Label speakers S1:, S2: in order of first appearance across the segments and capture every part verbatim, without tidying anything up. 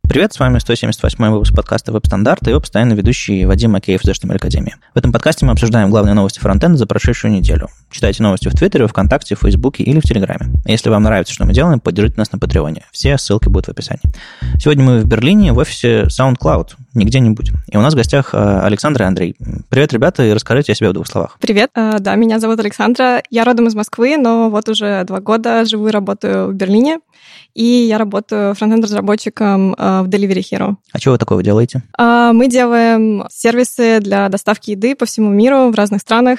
S1: Привет, с вами сто семьдесят восьмой выпуск подкаста «Веб-стандарт» и его постоянный ведущий Вадим Макеев из эйч ти эм эль-академии. В этом подкасте мы обсуждаем главные новости фронтенда за прошедшую неделю. Читайте новости в Твиттере, ВКонтакте, в Фейсбуке или в Телеграме. Если вам нравится, что мы делаем, поддержите нас на Патреоне. Все ссылки будут в описании. Сегодня мы в Берлине в офисе SoundCloud, не где-нибудь. И у нас в гостях Александра и Андрей. Привет, ребята, и расскажите о себе в двух словах.
S2: Привет, да, меня зовут Александра. Я родом из Москвы, но вот уже два года живу и работаю в Берлине. И я работаю фронтенд-разработчиком в Delivery Hero.
S1: А что вы такого делаете?
S2: Мы делаем сервисы для доставки еды по всему миру, в разных странах.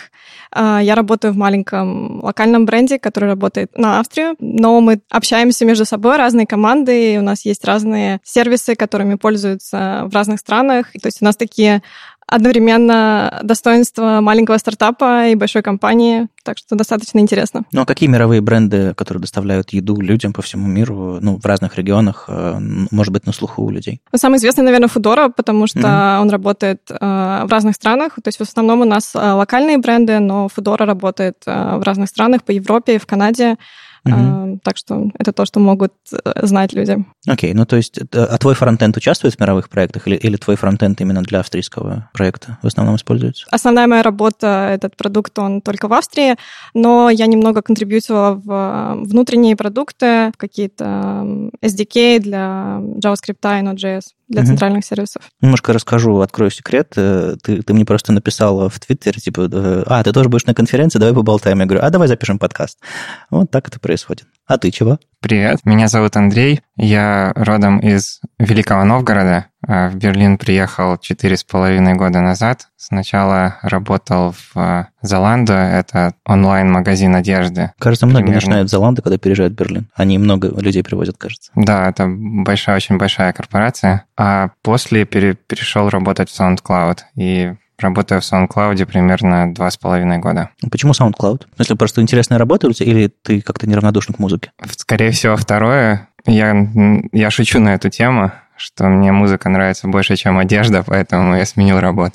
S2: Я работаю в маленьком локальном бренде, который работает на Австрию, но мы общаемся между собой, разные команды, и у нас есть разные сервисы, которыми пользуются в разных странах. То есть у нас такие одновременно достоинства маленького стартапа и большой компании, так что достаточно интересно.
S1: Ну, а какие мировые бренды, которые доставляют еду людям по всему миру, ну, в разных регионах, может быть, на слуху у людей?
S2: Самый известный, наверное, Foodora, потому что mm-hmm. он работает в разных странах. То есть в основном у нас локальные бренды, но Foodora работает в разных странах, по Европе, в Канаде. Uh-huh. Так что это то, что могут знать люди.
S1: Окей, okay, ну то есть, а твой фронтенд участвует в мировых проектах или, или твой фронтенд именно для австрийского проекта в основном используется?
S2: Основная моя работа, этот продукт, он только в Австрии, но я немного контрибьютила в внутренние продукты, в какие-то эс ди кей для JavaScript и Node.js, для uh-huh. центральных сервисов.
S1: Немножко расскажу, открою секрет. Ты, ты мне просто написала в Твиттере, типа, а, ты тоже будешь на конференции, давай поболтаем. Я говорю, а давай запишем подкаст. Вот так это происходит. А ты чего?
S3: Привет, меня зовут Андрей, я родом из Великого Новгорода. В Берлин приехал четыре с половиной года назад. Сначала работал в Zalando, это онлайн-магазин одежды.
S1: Кажется, многие Примерно... начинают в Zalando, когда переезжают в Берлин. Они много людей привозят, кажется.
S3: Да, это большая, очень большая корпорация. А после пере- перешел работать в SoundCloud и работаю в SoundCloud примерно два с половиной года.
S1: Почему SoundCloud? Если просто интересная работа у тебя, или ты как-то неравнодушен к музыке?
S3: Скорее всего, второе. Я, я шучу на эту тему, что мне музыка нравится больше, чем одежда, поэтому я сменил работу.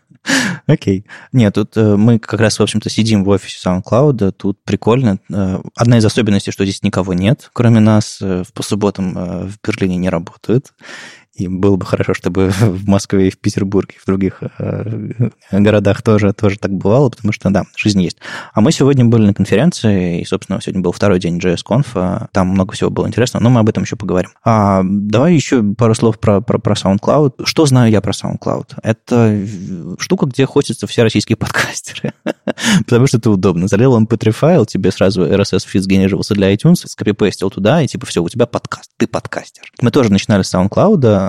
S1: Окей. Okay. Нет, тут мы как раз, в общем-то, сидим в офисе SoundCloud, тут прикольно. Одна из особенностей, что здесь никого нет, кроме нас, по субботам в Берлине не работают. И было бы хорошо, чтобы в Москве и в Петербурге, и в других э, городах тоже, тоже так бывало, потому что, да, жизнь есть. А мы сегодня были на конференции, и, собственно, сегодня был второй день джей эс конф, там много всего было интересного, но мы об этом еще поговорим. А, давай еще пару слов про, про, про SoundCloud. Что знаю я про SoundCloud? Это штука, где хостятся все российские подкастеры, потому что это удобно. Залил эм пи три файл, тебе сразу эр эс эс-фид сгенерировался для iTunes, скопипейстил туда, и типа все, у тебя подкаст, ты подкастер. Мы тоже начинали с SoundCloud,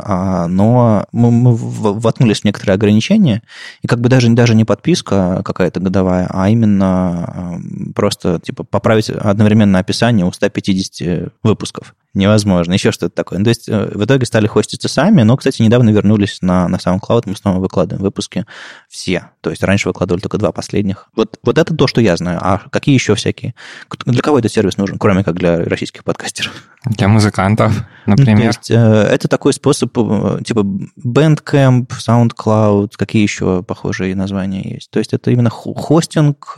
S1: но мы, мы воткнулись в некоторые ограничения, и как бы даже, даже не подписка какая-то годовая, а именно просто типа поправить одновременно описание у ста пятидесяти выпусков. Невозможно. Еще что-то такое. То есть в итоге стали хоститься сами, но, кстати, недавно вернулись на, на SoundCloud, мы снова выкладываем выпуски все. То есть раньше выкладывали только два последних. Вот, вот это то, что я знаю. А какие еще всякие? Для кого этот сервис нужен, кроме как для российских подкастеров?
S3: Для музыкантов, например.
S1: То есть это такой способ, типа Bandcamp, SoundCloud, какие еще похожие названия есть? То есть это именно хостинг,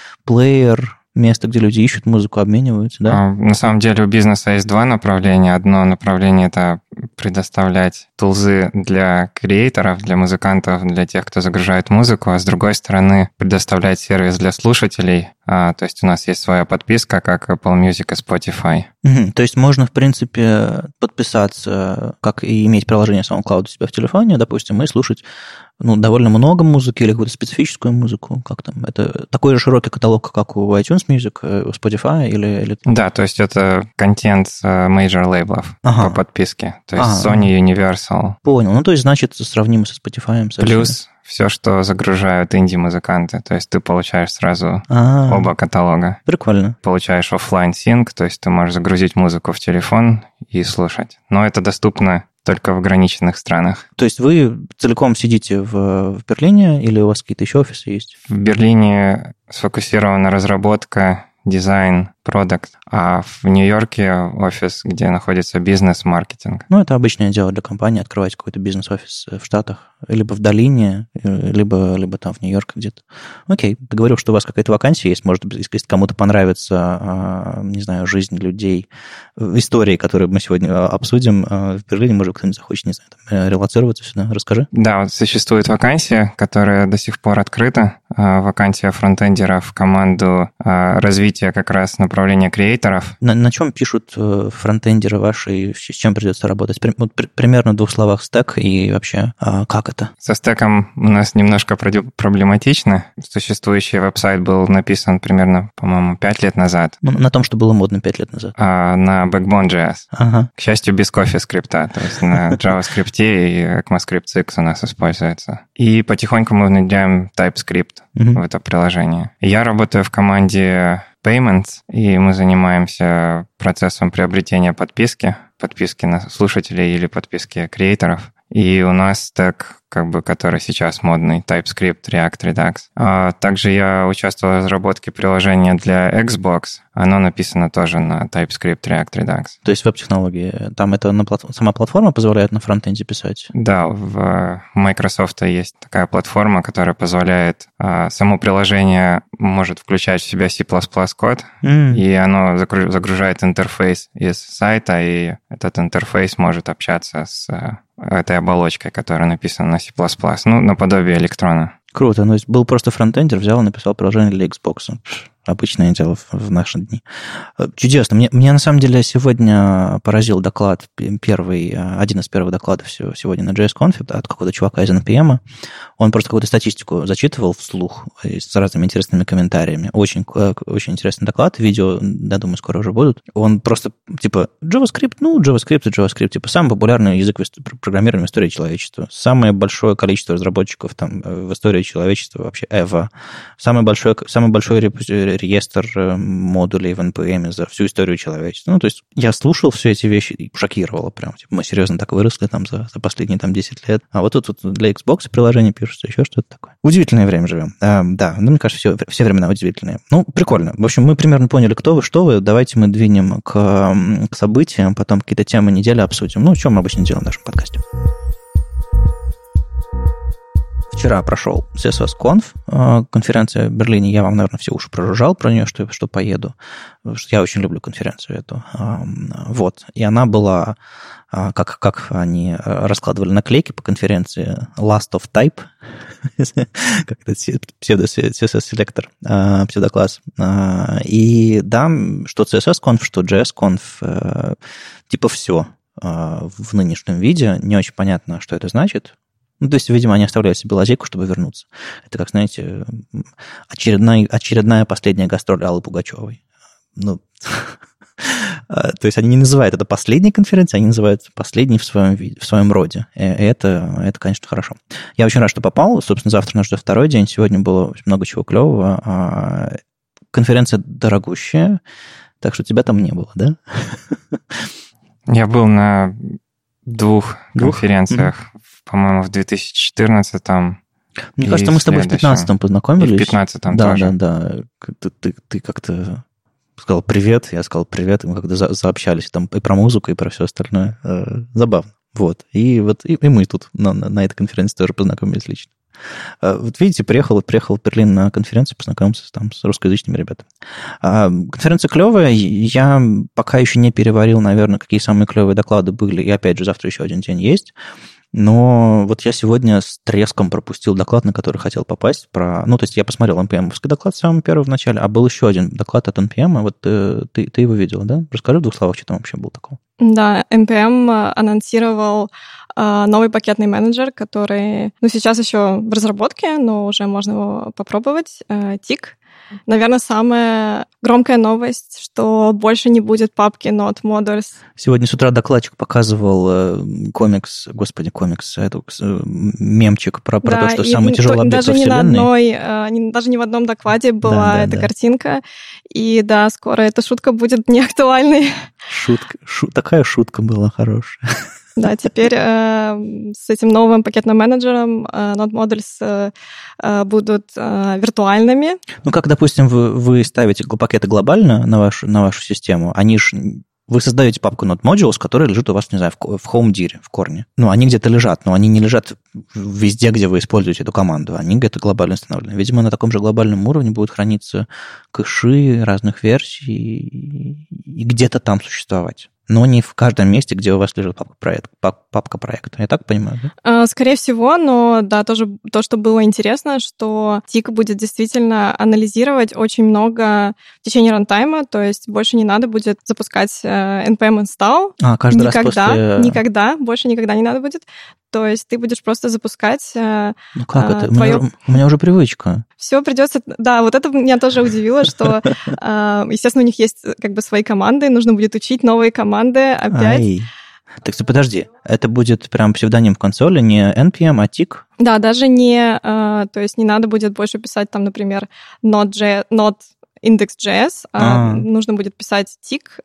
S1: плеер, место, где люди ищут музыку, обмениваются, да?
S3: На самом деле у бизнеса есть два направления. Одно направление – это предоставлять тулзы для креаторов, для музыкантов, для тех, кто загружает музыку, а с другой стороны предоставлять сервис для слушателей. А, то есть у нас есть своя подписка, как Apple Music и Spotify.
S1: Угу. То есть можно, в принципе, подписаться, как и иметь приложение SoundCloud у себя в телефоне, допустим, и слушать ну, довольно много музыки или какую-то специфическую музыку. Как там? Это такой же широкий каталог, как у iTunes Music, у Spotify или... или...
S3: Да, то есть это контент major лейблов ага. по подписке. То есть ага. Sony, Universal.
S1: Понял. Ну, то есть, значит, сравнимо со Spotify. Со
S3: Плюс всеми. Все, что загружают инди-музыканты. То есть ты получаешь сразу А-а-а. оба каталога.
S1: Прикольно.
S3: Получаешь офлайн синк, то есть ты можешь загрузить музыку в телефон и слушать. Но это доступно только в ограниченных странах.
S1: То есть вы целиком сидите в, в Берлине или у вас какие-то еще офисы есть?
S3: В Берлине сфокусирована разработка, дизайн, продакт, а в Нью-Йорке офис, где находится бизнес-маркетинг.
S1: Ну, это обычное дело для компании, открывать какой-то бизнес-офис в Штатах, либо в долине, либо, либо там в Нью-Йорке где-то. Окей, ты говорил, что у вас какая-то вакансия есть, может быть, если кому-то понравится, не знаю, жизнь людей, истории, которые мы сегодня обсудим в Берлине, может, кто-нибудь захочет, не знаю, там, релоцироваться сюда, расскажи.
S3: Да, вот существует вакансия, которая до сих пор открыта, вакансия фронтендера в команду развития как раз направления креаторов.
S1: На, на чем пишут фронтендеры ваши, с чем придется работать? При, вот, при, примерно в двух словах стек и вообще как это?
S3: Со стеком у нас немножко проблематично. Существующий веб-сайт был написан примерно, по-моему, пять лет назад.
S1: Ну, на том, что было модно пять лет назад.
S3: А, на Backbone.js.
S1: Ага.
S3: К счастью, без кофе-скрипта. То есть на JavaScript и ECMAScript X у нас используется. И потихоньку мы внедряем TypeScript mm-hmm. в это приложение. Я работаю в команде Payments, и мы занимаемся процессом приобретения подписки, подписки на слушателей или подписки креаторов. И у нас стек, как бы, который сейчас модный, TypeScript, React, Redux. А также я участвовал в разработке приложения для Xbox. Оно написано тоже на TypeScript, React, Redux.
S1: То есть веб-технологии. Там это на плат... сама платформа позволяет на фронтенде писать?
S3: Да, в Microsoft есть такая платформа, которая позволяет... А, само приложение может включать в себя C++ код, mm. и оно загружает интерфейс из сайта, и этот интерфейс может общаться с этой оболочкой, которая написана на C++. Ну, наподобие электрона.
S1: Круто. Ну, был просто фронтендер, взял и написал приложение для Xbox. Обычное дело в наши дни. Чудесно. Мне, мне на самом деле сегодня поразил доклад, первый, один из первых докладов сегодня на джей эс конф от какого-то чувака из эн пи эм. Он просто какую-то статистику зачитывал вслух с разными интересными комментариями. Очень, очень интересный доклад. Видео, я думаю, скоро уже будут. Он просто, типа, JavaScript, ну, JavaScript и JavaScript, типа, самый популярный язык программирования в истории человечества. Самое большое количество разработчиков там в истории человечества, вообще ever. Самый большой, самый большой реестр модулей в эн пи эм за всю историю человечества. Ну, то есть я слушал все эти вещи и шокировало прям. Типа, мы серьезно так выросли там за, за последние там десять лет. А вот тут вот для Xbox приложение пишется, еще что-то такое. Удивительное время живем. А, да, ну, мне кажется, все, все времена удивительные. Ну, прикольно. В общем, мы примерно поняли, кто вы, что вы. Давайте мы двинем к, к событиям, потом какие-то темы недели обсудим. Ну, что мы обычно делаем в нашем подкасте. Вчера прошел си эс эс конф, конференция в Берлине. Я вам, наверное, все уши прожужжал про нее, что, что поеду. Потому что я очень люблю конференцию эту. Вот. И она была, как, как они раскладывали наклейки по конференции, Last of Type, как это псевдо-си эс эс-селектор, псевдокласс. И да, что си эс эс конф, что джей эс конф, типа все в нынешнем виде. Не очень понятно, что это значит. Ну, то есть, видимо, они оставляют себе лазейку, чтобы вернуться. Это, как, знаете, очередная, очередная последняя гастроль Аллы Пугачевой. Ну, то есть, они не называют это последней конференцией, они называют последней в своем, в своем роде. И это, это, конечно, хорошо. Я очень рад, что попал. Собственно, завтра нас ждет второй день. Сегодня было много чего клевого. Конференция дорогущая, так что тебя там не было, да?
S3: Я был на двух, двух? конференциях. Mm-hmm. По-моему, в две тысячи четырнадцатом.
S1: Мне кажется, мы с тобой в пятнадцатом познакомились.
S3: И в пятнадцатом
S1: да,
S3: тоже.
S1: Да, да, да. Ты, ты, ты как-то сказал привет, я сказал привет, и мы как-то за, заобщались там и про музыку, и про все остальное. Забавно. Вот. И вот и, и мы тут на, на этой конференции тоже познакомились лично. Вот видите, приехал, приехал в Берлин на конференцию, познакомился там с русскоязычными ребятами. Конференция клевая. Я пока еще не переварил, наверное, какие самые клевые доклады были. И опять же, завтра еще один день есть. Но вот я сегодня с треском пропустил доклад, на который хотел попасть. Про... Ну, то есть я посмотрел эн пи эм-овский доклад самый первый в начале, а был еще один доклад от эн пи эм. Вот ты, ты, ты его видела, да? Расскажи в двух словах, что там вообще было такого.
S2: Да, эн пи эм анонсировал э, новый пакетный менеджер, который, ну, сейчас еще в разработке, но уже можно его попробовать, э, тик. Наверное, самая громкая новость, что больше не будет папки Node Modules.
S1: Сегодня с утра докладчик показывал э, комикс, господи, комикс, эту, э, мемчик про, про да, то, что самый тяжелый объект во Вселенной.
S2: Даже не на одной, э, не, даже не в одном докладе была да, да, эта да. картинка. И да, скоро эта шутка будет неактуальной.
S1: Шутка, шу, такая шутка была хорошая.
S2: Да, теперь э, с этим новым пакетным менеджером э, Node Models э, будут э, виртуальными.
S1: Ну, как, допустим, вы, вы ставите пакеты глобально на вашу, на вашу систему, они ж... Вы создаете папку Node Modules, которая лежит у вас, не знаю, в home-dir, в корне. Ну, они где-то лежат, но они не лежат везде, где вы используете эту команду. Они где-то глобально установлены. Видимо, на таком же глобальном уровне будут храниться кэши разных версий и где-то там существовать. Но не в каждом месте, где у вас лежит папка, проект, папка проекта. Я так понимаю,
S2: да? Скорее всего, но да, тоже то, что было интересно, что Тик будет действительно анализировать очень много в течение рантайма, то есть больше не надо будет запускать эн пи эм install.
S1: А, каждый
S2: никогда,
S1: раз после...
S2: Никогда, больше никогда не надо будет. То есть ты будешь просто запускать...
S1: Ну как
S2: а,
S1: это?
S2: Твое...
S1: У, меня, у меня уже привычка.
S2: Все придется... Да, вот это меня тоже удивило, что, естественно, у них есть как бы свои команды, нужно будет учить новые команды опять.
S1: Ай. Так что подожди, это будет прям псевдоним в консоли, не эн пи эм, а тик?
S2: Да, даже не... То есть не надо будет больше писать там, например, Node.js, Node index.js, а, а нужно будет писать тик,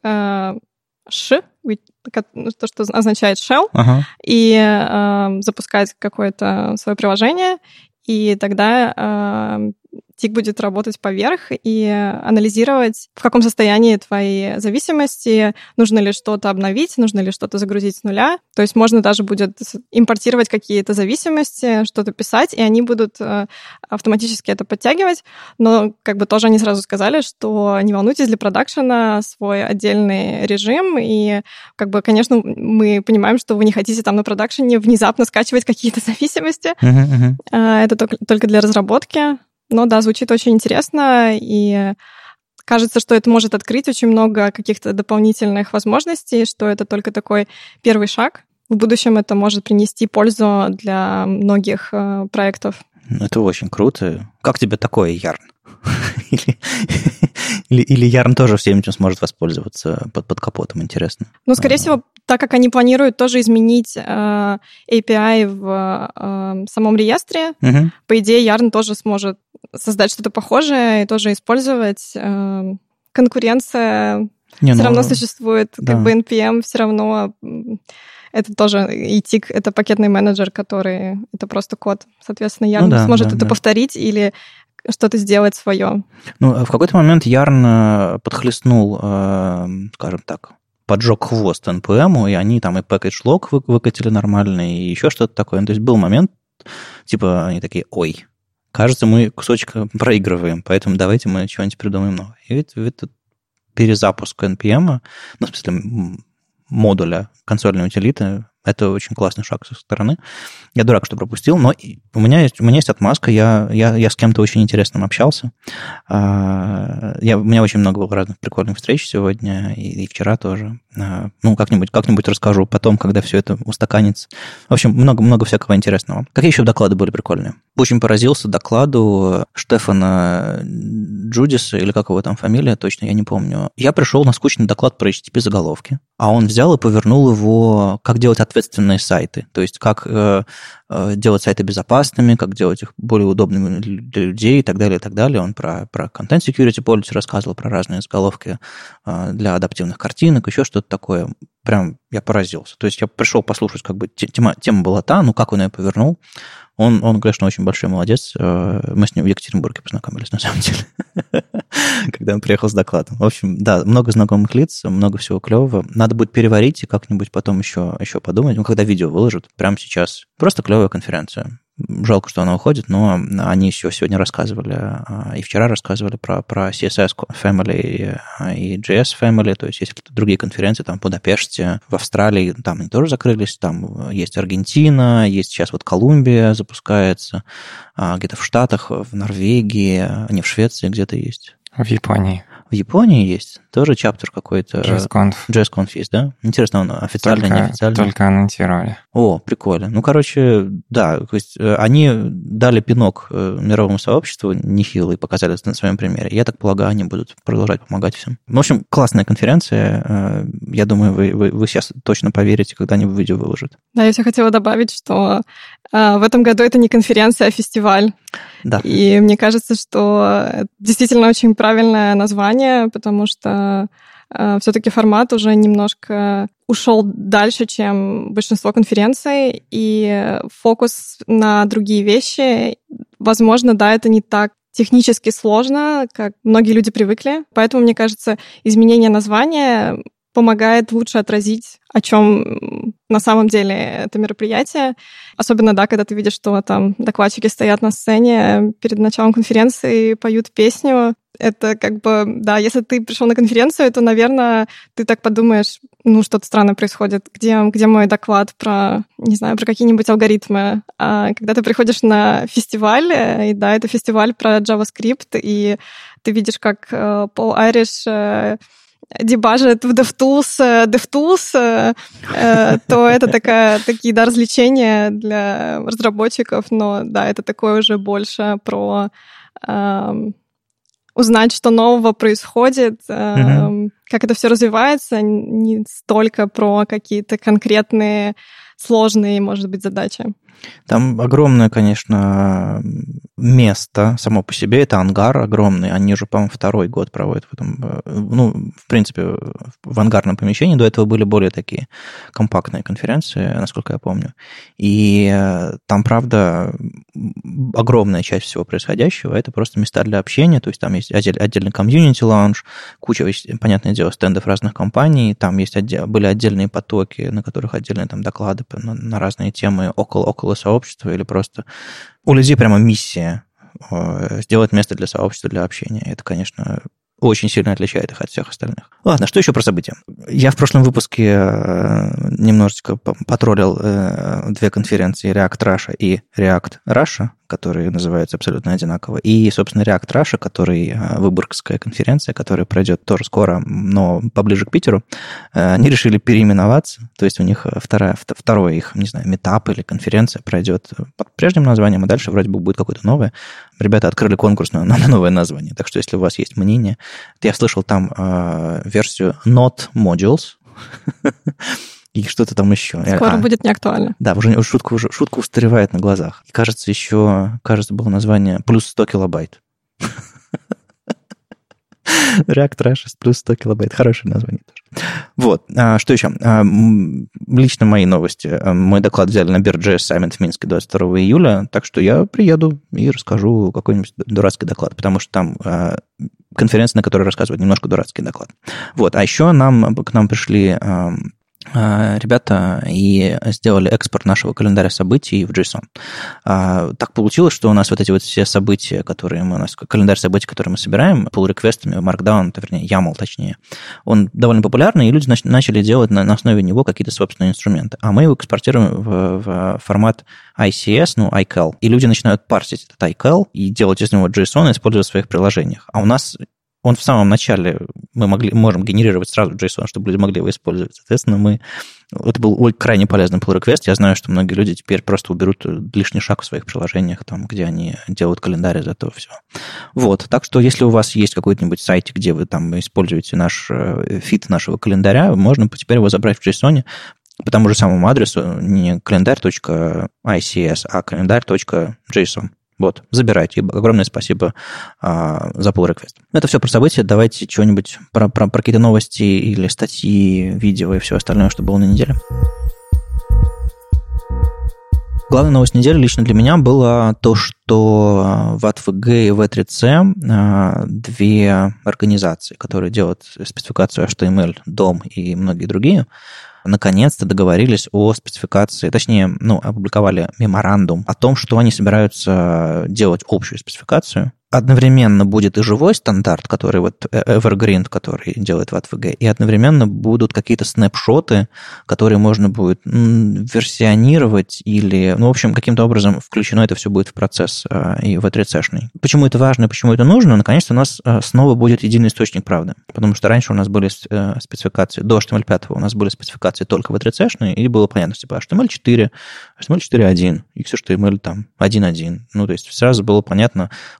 S2: ш, то, что означает shell, ага. и э, запускать какое-то свое приложение, и тогда э, Тик будет работать поверх и анализировать, в каком состоянии твои зависимости, нужно ли что-то обновить, нужно ли что-то загрузить с нуля. То есть можно даже будет импортировать какие-то зависимости, что-то писать, и они будут автоматически это подтягивать. Но как бы тоже они сразу сказали, что не волнуйтесь, для продакшена свой отдельный режим, и как бы, конечно, мы понимаем, что вы не хотите там на продакшене внезапно скачивать какие-то зависимости. Uh-huh, uh-huh. Это только для разработки. Но да, звучит очень интересно, и кажется, что это может открыть очень много каких-то дополнительных возможностей, что это только такой первый шаг. В будущем это может принести пользу для многих э, проектов.
S1: Это очень круто. Как тебе такое, Ярн? Или, или, или Ярн тоже всем этим сможет воспользоваться под, под капотом, интересно?
S2: Ну, скорее а, всего, так как они планируют тоже изменить э, эй пи ай в э, самом реестре, угу. по идее, Ярн тоже сможет создать что-то похожее и тоже использовать. Э, конкуренция Не, все ну, равно существует, да. Как бы эн пи эм все равно... Это тоже и тик, это пакетный менеджер, который... Это просто код. Соответственно, Ярн ну, да, сможет да, это да. повторить или что-то сделать свое.
S1: Ну, в какой-то момент Ярн подхлестнул, скажем так, поджег хвост эн пи эм, и они там и package-log выкатили нормально, и еще что-то такое. То есть был момент, типа, они такие, ой, кажется, мы кусочек проигрываем, поэтому давайте мы чего-нибудь придумаем новое. И это, это перезапуск эн пи эм, ну, в смысле, модуля консольной утилиты, это очень классный шаг со стороны. Я дурак, что пропустил, но у меня есть, у меня есть отмазка, я, я, я с кем-то очень интересным общался. Я, у меня очень много было разных прикольных встреч сегодня, и, и вчера тоже. Ну, как-нибудь, как-нибудь расскажу потом, когда все это устаканится. В общем, много-много всякого интересного. Какие еще доклады были прикольные? Очень поразился докладу Штефана Джудиса, или как его там фамилия, точно я не помню. Я пришел на скучный доклад про эйч ти ти пи-заголовки, а он взял и повернул его, как делать ответственные сайты, то есть как э, делать сайты безопасными, как делать их более удобными для людей и так далее, и так далее. Он про, про Content Security Policy рассказывал, про разные заголовки э, для адаптивных картинок, еще что-то такое. Прям я поразился. То есть я пришел послушать, как бы тема, тема была та, ну как он ее повернул. Он, он, конечно, очень большой молодец. Мы с ним в Екатеринбурге познакомились, на самом деле, когда он приехал с докладом. В общем, да, много знакомых лиц, много всего клевого. Надо будет переварить и как-нибудь потом еще, еще подумать. Ну, когда видео выложат, прямо сейчас. Просто клевая конференция. Жалко, что она уходит, но они еще сегодня рассказывали, и вчера рассказывали про, про си эс эс Family и джей эс Family, то есть есть какие-то другие конференции, там в Будапеште, в Австралии, там они тоже закрылись, там есть Аргентина, есть сейчас вот Колумбия запускается, где-то в Штатах, в Норвегии, не в Швеции где-то есть.
S3: В Японии.
S1: В Японии есть тоже чаптер какой-то.
S3: JSConf.
S1: JSConf есть, да? Интересно, он официально,
S3: только,
S1: неофициально?
S3: Только анонсировали.
S1: О, прикольно. Ну, короче, да, то есть они дали пинок мировому сообществу нехилый, показали на своем примере. Я так полагаю, они будут продолжать помогать всем. В общем, классная конференция. Я думаю, вы, вы, вы сейчас точно поверите, когда они видео выложат.
S2: Да, я все хотела добавить, что в этом году это не конференция, а фестиваль.
S1: Да.
S2: И мне кажется, что действительно очень правильное название, потому что все-таки формат уже немножко ушел дальше, чем большинство конференций, и фокус на другие вещи. Возможно, да, это не так технически сложно, как многие люди привыкли. Поэтому, мне кажется, изменение названия помогает лучше отразить, о чем на самом деле это мероприятие. Особенно, да, когда ты видишь, что там докладчики стоят на сцене перед началом конференции и поют песню. Это как бы, да, если ты пришел на конференцию, то, наверное, ты так подумаешь, ну, что-то странное происходит. Где, где мой доклад про, не знаю, про какие-нибудь алгоритмы? А когда ты приходишь на фестиваль, и да, это фестиваль про JavaScript, и ты видишь, как Пол Айриш дебажит в DevTools, DevTools, то это такая, такие, да, развлечения для разработчиков, но, да, это такое уже больше про э, узнать, что нового происходит, э, mm-hmm. как это все развивается, не столько про какие-то конкретные сложные, может быть, задачи.
S1: Там огромное, конечно, место само по себе. Это ангар огромный. Они уже, по-моему, второй год проводят в этом. Ну, в принципе, в ангарном помещении. До этого были более такие компактные конференции, насколько я помню. И там, правда, огромная часть всего происходящего. Это просто места для общения. То есть там есть отдельный комьюнити-лаунж, куча, понятное дело, стендов разных компаний. Там есть отдел, были отдельные потоки, на которых отдельные там доклады на, на разные темы около, около сообщества, или просто у людей прямо миссия сделать место для сообщества, для общения. Это, конечно, очень сильно отличает их от всех остальных. Ладно, что еще про события? Я в прошлом выпуске немножечко потроллил две конференции React Russia и React Russia, которые называются абсолютно одинаково, и, собственно, React Russia, который выборгская конференция, которая пройдет тоже скоро, но поближе к Питеру, они решили переименоваться, то есть у них вторая, второй их, не знаю, митап или конференция пройдет под прежним названием, а дальше вроде бы будет какое-то новое. Ребята открыли конкурс на, на новое название, так что если у вас есть мнение, я слышал там э, версию Not Modules, и что-то там еще.
S2: Скоро а, будет неактуально.
S1: Да, уже шутка, уже, шутка устаревает на глазах. И кажется, еще, кажется, было название плюс сто килобайт. React Russia плюс сто килобайт. Хорошее название тоже. Вот. А, что еще? А, лично мои новости. Мой доклад взяли на Bear.js Summit в Минске двадцать второго июля, так что я приеду и расскажу какой-нибудь дурацкий доклад, потому что там а, конференция, на которой рассказывают немножко дурацкий доклад. Вот. А еще нам, к нам пришли а, ребята и сделали экспорт нашего календаря событий в JSON. Так получилось, что у нас вот эти вот все события, которые мы, у нас календарь событий, которые мы собираем, pull-реквестами, Markdown, вернее, YAML точнее, он довольно популярный, и люди начали делать на, на основе него какие-то собственные инструменты. А мы его экспортируем в, в формат ай си эс, ну, ай кэл, и люди начинают парсить этот ай кэл и делать из него JSON и использовать в своих приложениях. А у нас он в самом начале, мы могли, можем генерировать сразу JSON, чтобы люди могли его использовать. Соответственно, мы... Это был ой, крайне полезный pull request. Я знаю, что многие люди теперь просто уберут лишний шаг в своих приложениях, там, где они делают календарь из этого всего. Вот. Так что, если у вас есть какой-нибудь сайт, где вы там используете наш фит нашего календаря, можно теперь его забрать в JSON по тому же самому адресу, не календарь.ics, а календарь.json. Вот, забирайте. Огромное спасибо а, за pull request. Это все про события. Давайте что-нибудь про, про, про какие-то новости или статьи, видео и все остальное, что было на неделе. Главная новость недели лично для меня была то, что в эй ти ви джи и в три си две организации, которые делают спецификацию эйч ти эм эль, дом и многие другие, наконец-то договорились о спецификации, точнее, ну, опубликовали меморандум о том, что они собираются делать общую спецификацию. Одновременно будет и живой стандарт, который вот Evergreen, который делает в эй ти ви джи, и одновременно будут какие-то снапшоты, которые можно будет версионировать или, ну, в общем, каким-то образом включено это все будет в процесс и в три си-шный. Почему это важно, почему это нужно? Наконец-то у нас снова будет единый источник правды, потому что раньше у нас были спецификации, до эйч ти эм эль пять у нас были спецификации только в три си-шный, и было понятно, типа эйч ти эм эль четыре, эйч ти эм эль четыре точка один, икс эйч ти эм эль там один точка один. Ну, то есть сразу было понятно, куда идти,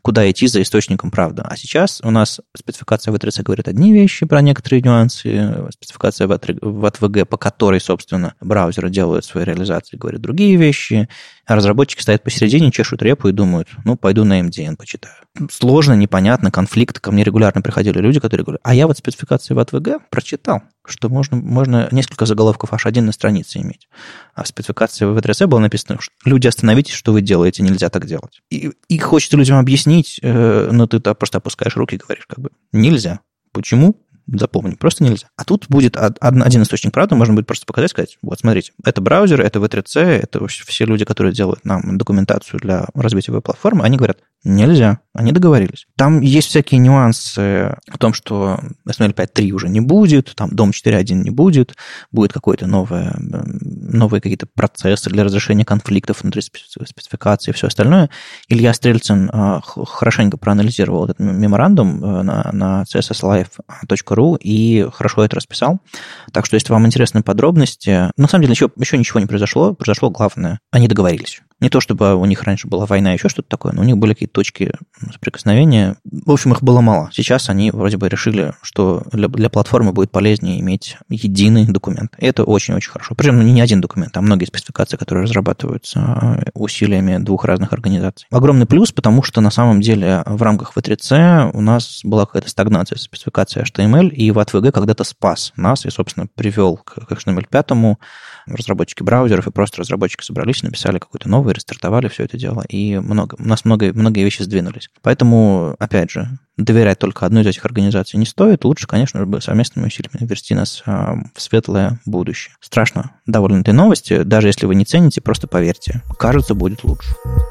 S1: идти за источником правды. А сейчас у нас спецификация ви три си говорит одни вещи про некоторые нюансы, спецификация ви ти ви, по которой, собственно, браузеры делают свои реализации, говорит другие вещи, а разработчики стоят посередине, чешут репу и думают, ну, пойду на эм ди эн почитаю. Сложно, непонятно, конфликт. Ко мне регулярно приходили люди, которые говорят, а я вот спецификацию ви ти ви прочитал, что можно, можно несколько заголовков аж один на странице иметь. А в спецификации ви три си было написано, что люди, остановитесь, что вы делаете, нельзя так делать. И, и хочется людям объяснить, э, но ты просто опускаешь руки и говоришь, как бы, нельзя. Почему? Запомни, просто нельзя. А тут будет один источник правды, можно будет просто показать, сказать, вот, смотрите, это браузер, это ви три си, это все люди, которые делают нам документацию для развития веб-платформы, они говорят, нельзя, они договорились. Там есть всякие нюансы о том, что эс эм эль пять точка три уже не будет, там дом четыре точка один не будет, будет какое-то новое, новые какие-то процессы для разрешения конфликтов внутри спецификации и все остальное. Илья Стрельцин хорошенько проанализировал этот меморандум на, на си эс эс лайв точка ру и хорошо это расписал. Так что, если вам интересны подробности, на самом деле еще, еще ничего не произошло, произошло главное, они договорились. Не то, чтобы у них раньше была война, еще что-то такое, но у них были какие-то точки соприкосновения. В общем, их было мало. Сейчас они вроде бы решили, что для, для платформы будет полезнее иметь единый документ. И это очень-очень хорошо. Причем ну, не один документ, а многие спецификации, которые разрабатываются усилиями двух разных организаций. Огромный плюс, потому что на самом деле в рамках ви три си у нас была какая-то стагнация спецификации эйч ти эм эль, и ви ти ви когда-то спас нас и, собственно, привел к эйч ти эм эль пять, разработчики браузеров, и просто разработчики собрались, написали какой-то новый, рестартовали все это дело, и много, у нас много, многие вещи сдвинулись. Поэтому, опять же, доверять только одной из этих организаций не стоит. Лучше, конечно, совместными усилиями вести нас в светлое будущее. Страшно довольно этой новости. Даже если вы не цените, просто поверьте. Кажется, будет лучше.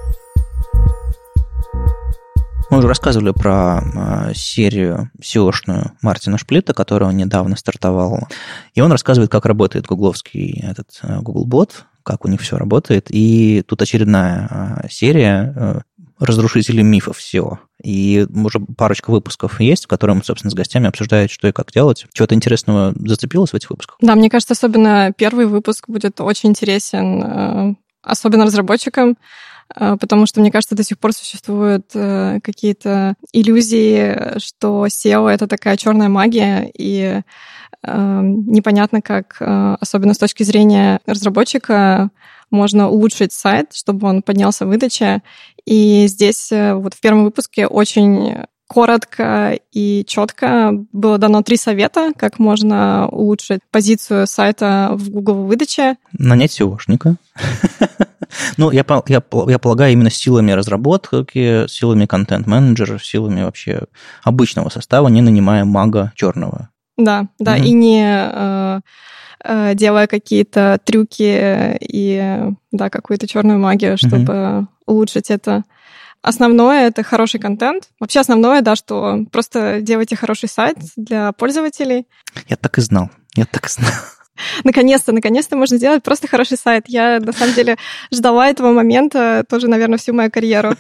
S1: Мы уже рассказывали про серию сеошную Мартина Шплита, которую он недавно стартовал. И он рассказывает, как работает гугловский этот Googlebot, как у них все работает. И тут очередная серия разрушителей мифов сео. И уже парочка выпусков есть, в котором, собственно, с гостями обсуждают, что и как делать. Чего-то интересного зацепилось в этих выпусках?
S2: Да, мне кажется, особенно первый выпуск будет очень интересен, особенно разработчикам, потому что, мне кажется, до сих пор существуют какие-то иллюзии, что сео — это такая черная магия, и непонятно, как, особенно с точки зрения разработчика, можно улучшить сайт, чтобы он поднялся в выдаче. И здесь вот в первом выпуске очень коротко и четко было дано три совета, как можно улучшить позицию сайта в Google выдаче.
S1: Нанять сеошника. Ну, я, я, я полагаю, именно силами разработки, силами контент-менеджеров, силами вообще обычного состава, не нанимая мага черного.
S2: Да, да, mm-hmm. и не э, э, делая какие-то трюки и, да, какую-то черную магию, чтобы mm-hmm. улучшить это. Основное — это хороший контент. Вообще основное, да, что просто делайте хороший сайт для пользователей.
S1: Я так и знал, я так и знал.
S2: Наконец-то, наконец-то можно сделать просто хороший сайт. Я, на самом деле, ждала этого момента тоже, наверное, всю мою карьеру.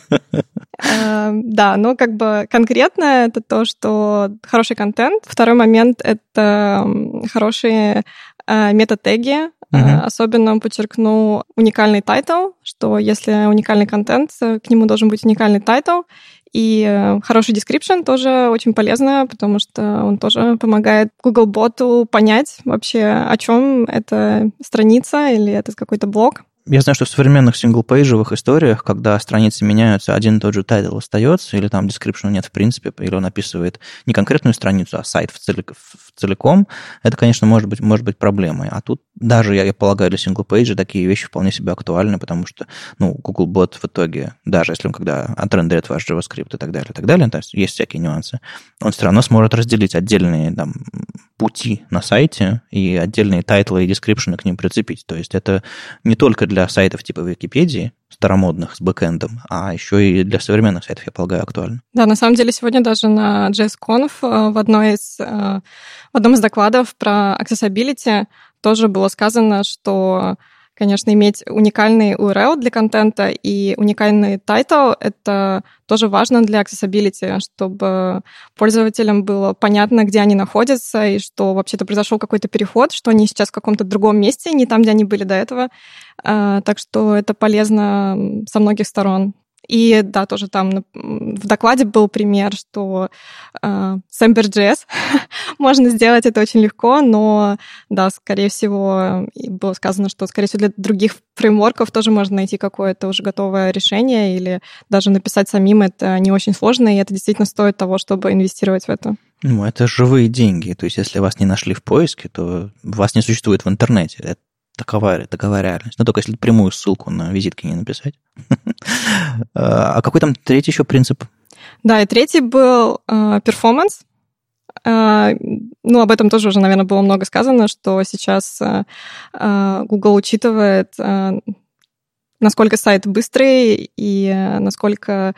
S2: Да, но как бы конкретно это то, что хороший контент. Второй момент — это хорошие мета-теги. Uh-huh. Особенно подчеркну уникальный тайтл, что если уникальный контент, к нему должен быть уникальный тайтл. И хороший description тоже очень полезно, потому что он тоже помогает Googlebot понять вообще, о чем эта страница или это какой-то блог.
S1: Я знаю, что в современных синглпейджевых историях, когда страницы меняются, один и тот же тайтл остается, или там description нет в принципе, или он описывает не конкретную страницу, а сайт в целиком, это, конечно, может быть, может быть проблемой. А тут даже, я, я полагаю, для синглпейджа такие вещи вполне себе актуальны, потому что, ну, Googlebot в итоге, даже если он когда отрендерит ваш JavaScript и так далее, и так далее, то есть есть всякие нюансы, он все равно сможет разделить отдельные там пути на сайте и отдельные тайтлы и description к ним прицепить. То есть это не только для сайтов типа Википедии, старомодных, с бэкэндом, а еще и для современных сайтов, я полагаю, актуально.
S2: Да, на самом деле сегодня даже на джей эс конф в, одной из, в одном из докладов про accessibility тоже было сказано, что, конечно, иметь уникальный ю ар эл для контента и уникальный тайтл — это тоже важно для accessibility, чтобы пользователям было понятно, где они находятся, и что вообще-то произошел какой-то переход, что они сейчас в каком-то другом месте, не там, где они были до этого. Так что это полезно со многих сторон. И да, тоже там в докладе был пример, что э, с Ember.js можно сделать это очень легко, но да, скорее всего, было сказано, что, скорее всего, для других фреймворков тоже можно найти какое-то уже готовое решение или даже написать самим, это не очень сложно, и это действительно стоит того, чтобы инвестировать в это.
S1: Ну, это живые деньги. То есть, если вас не нашли в поиске, то вас не существует в интернете. Это такова, такова реальность. Но только если прямую ссылку на визитке не написать. А какой там третий еще принцип?
S2: Да, и третий был перформанс. Ну, об этом тоже уже, наверное, было много сказано, что сейчас Google учитывает, насколько сайт быстрый и насколько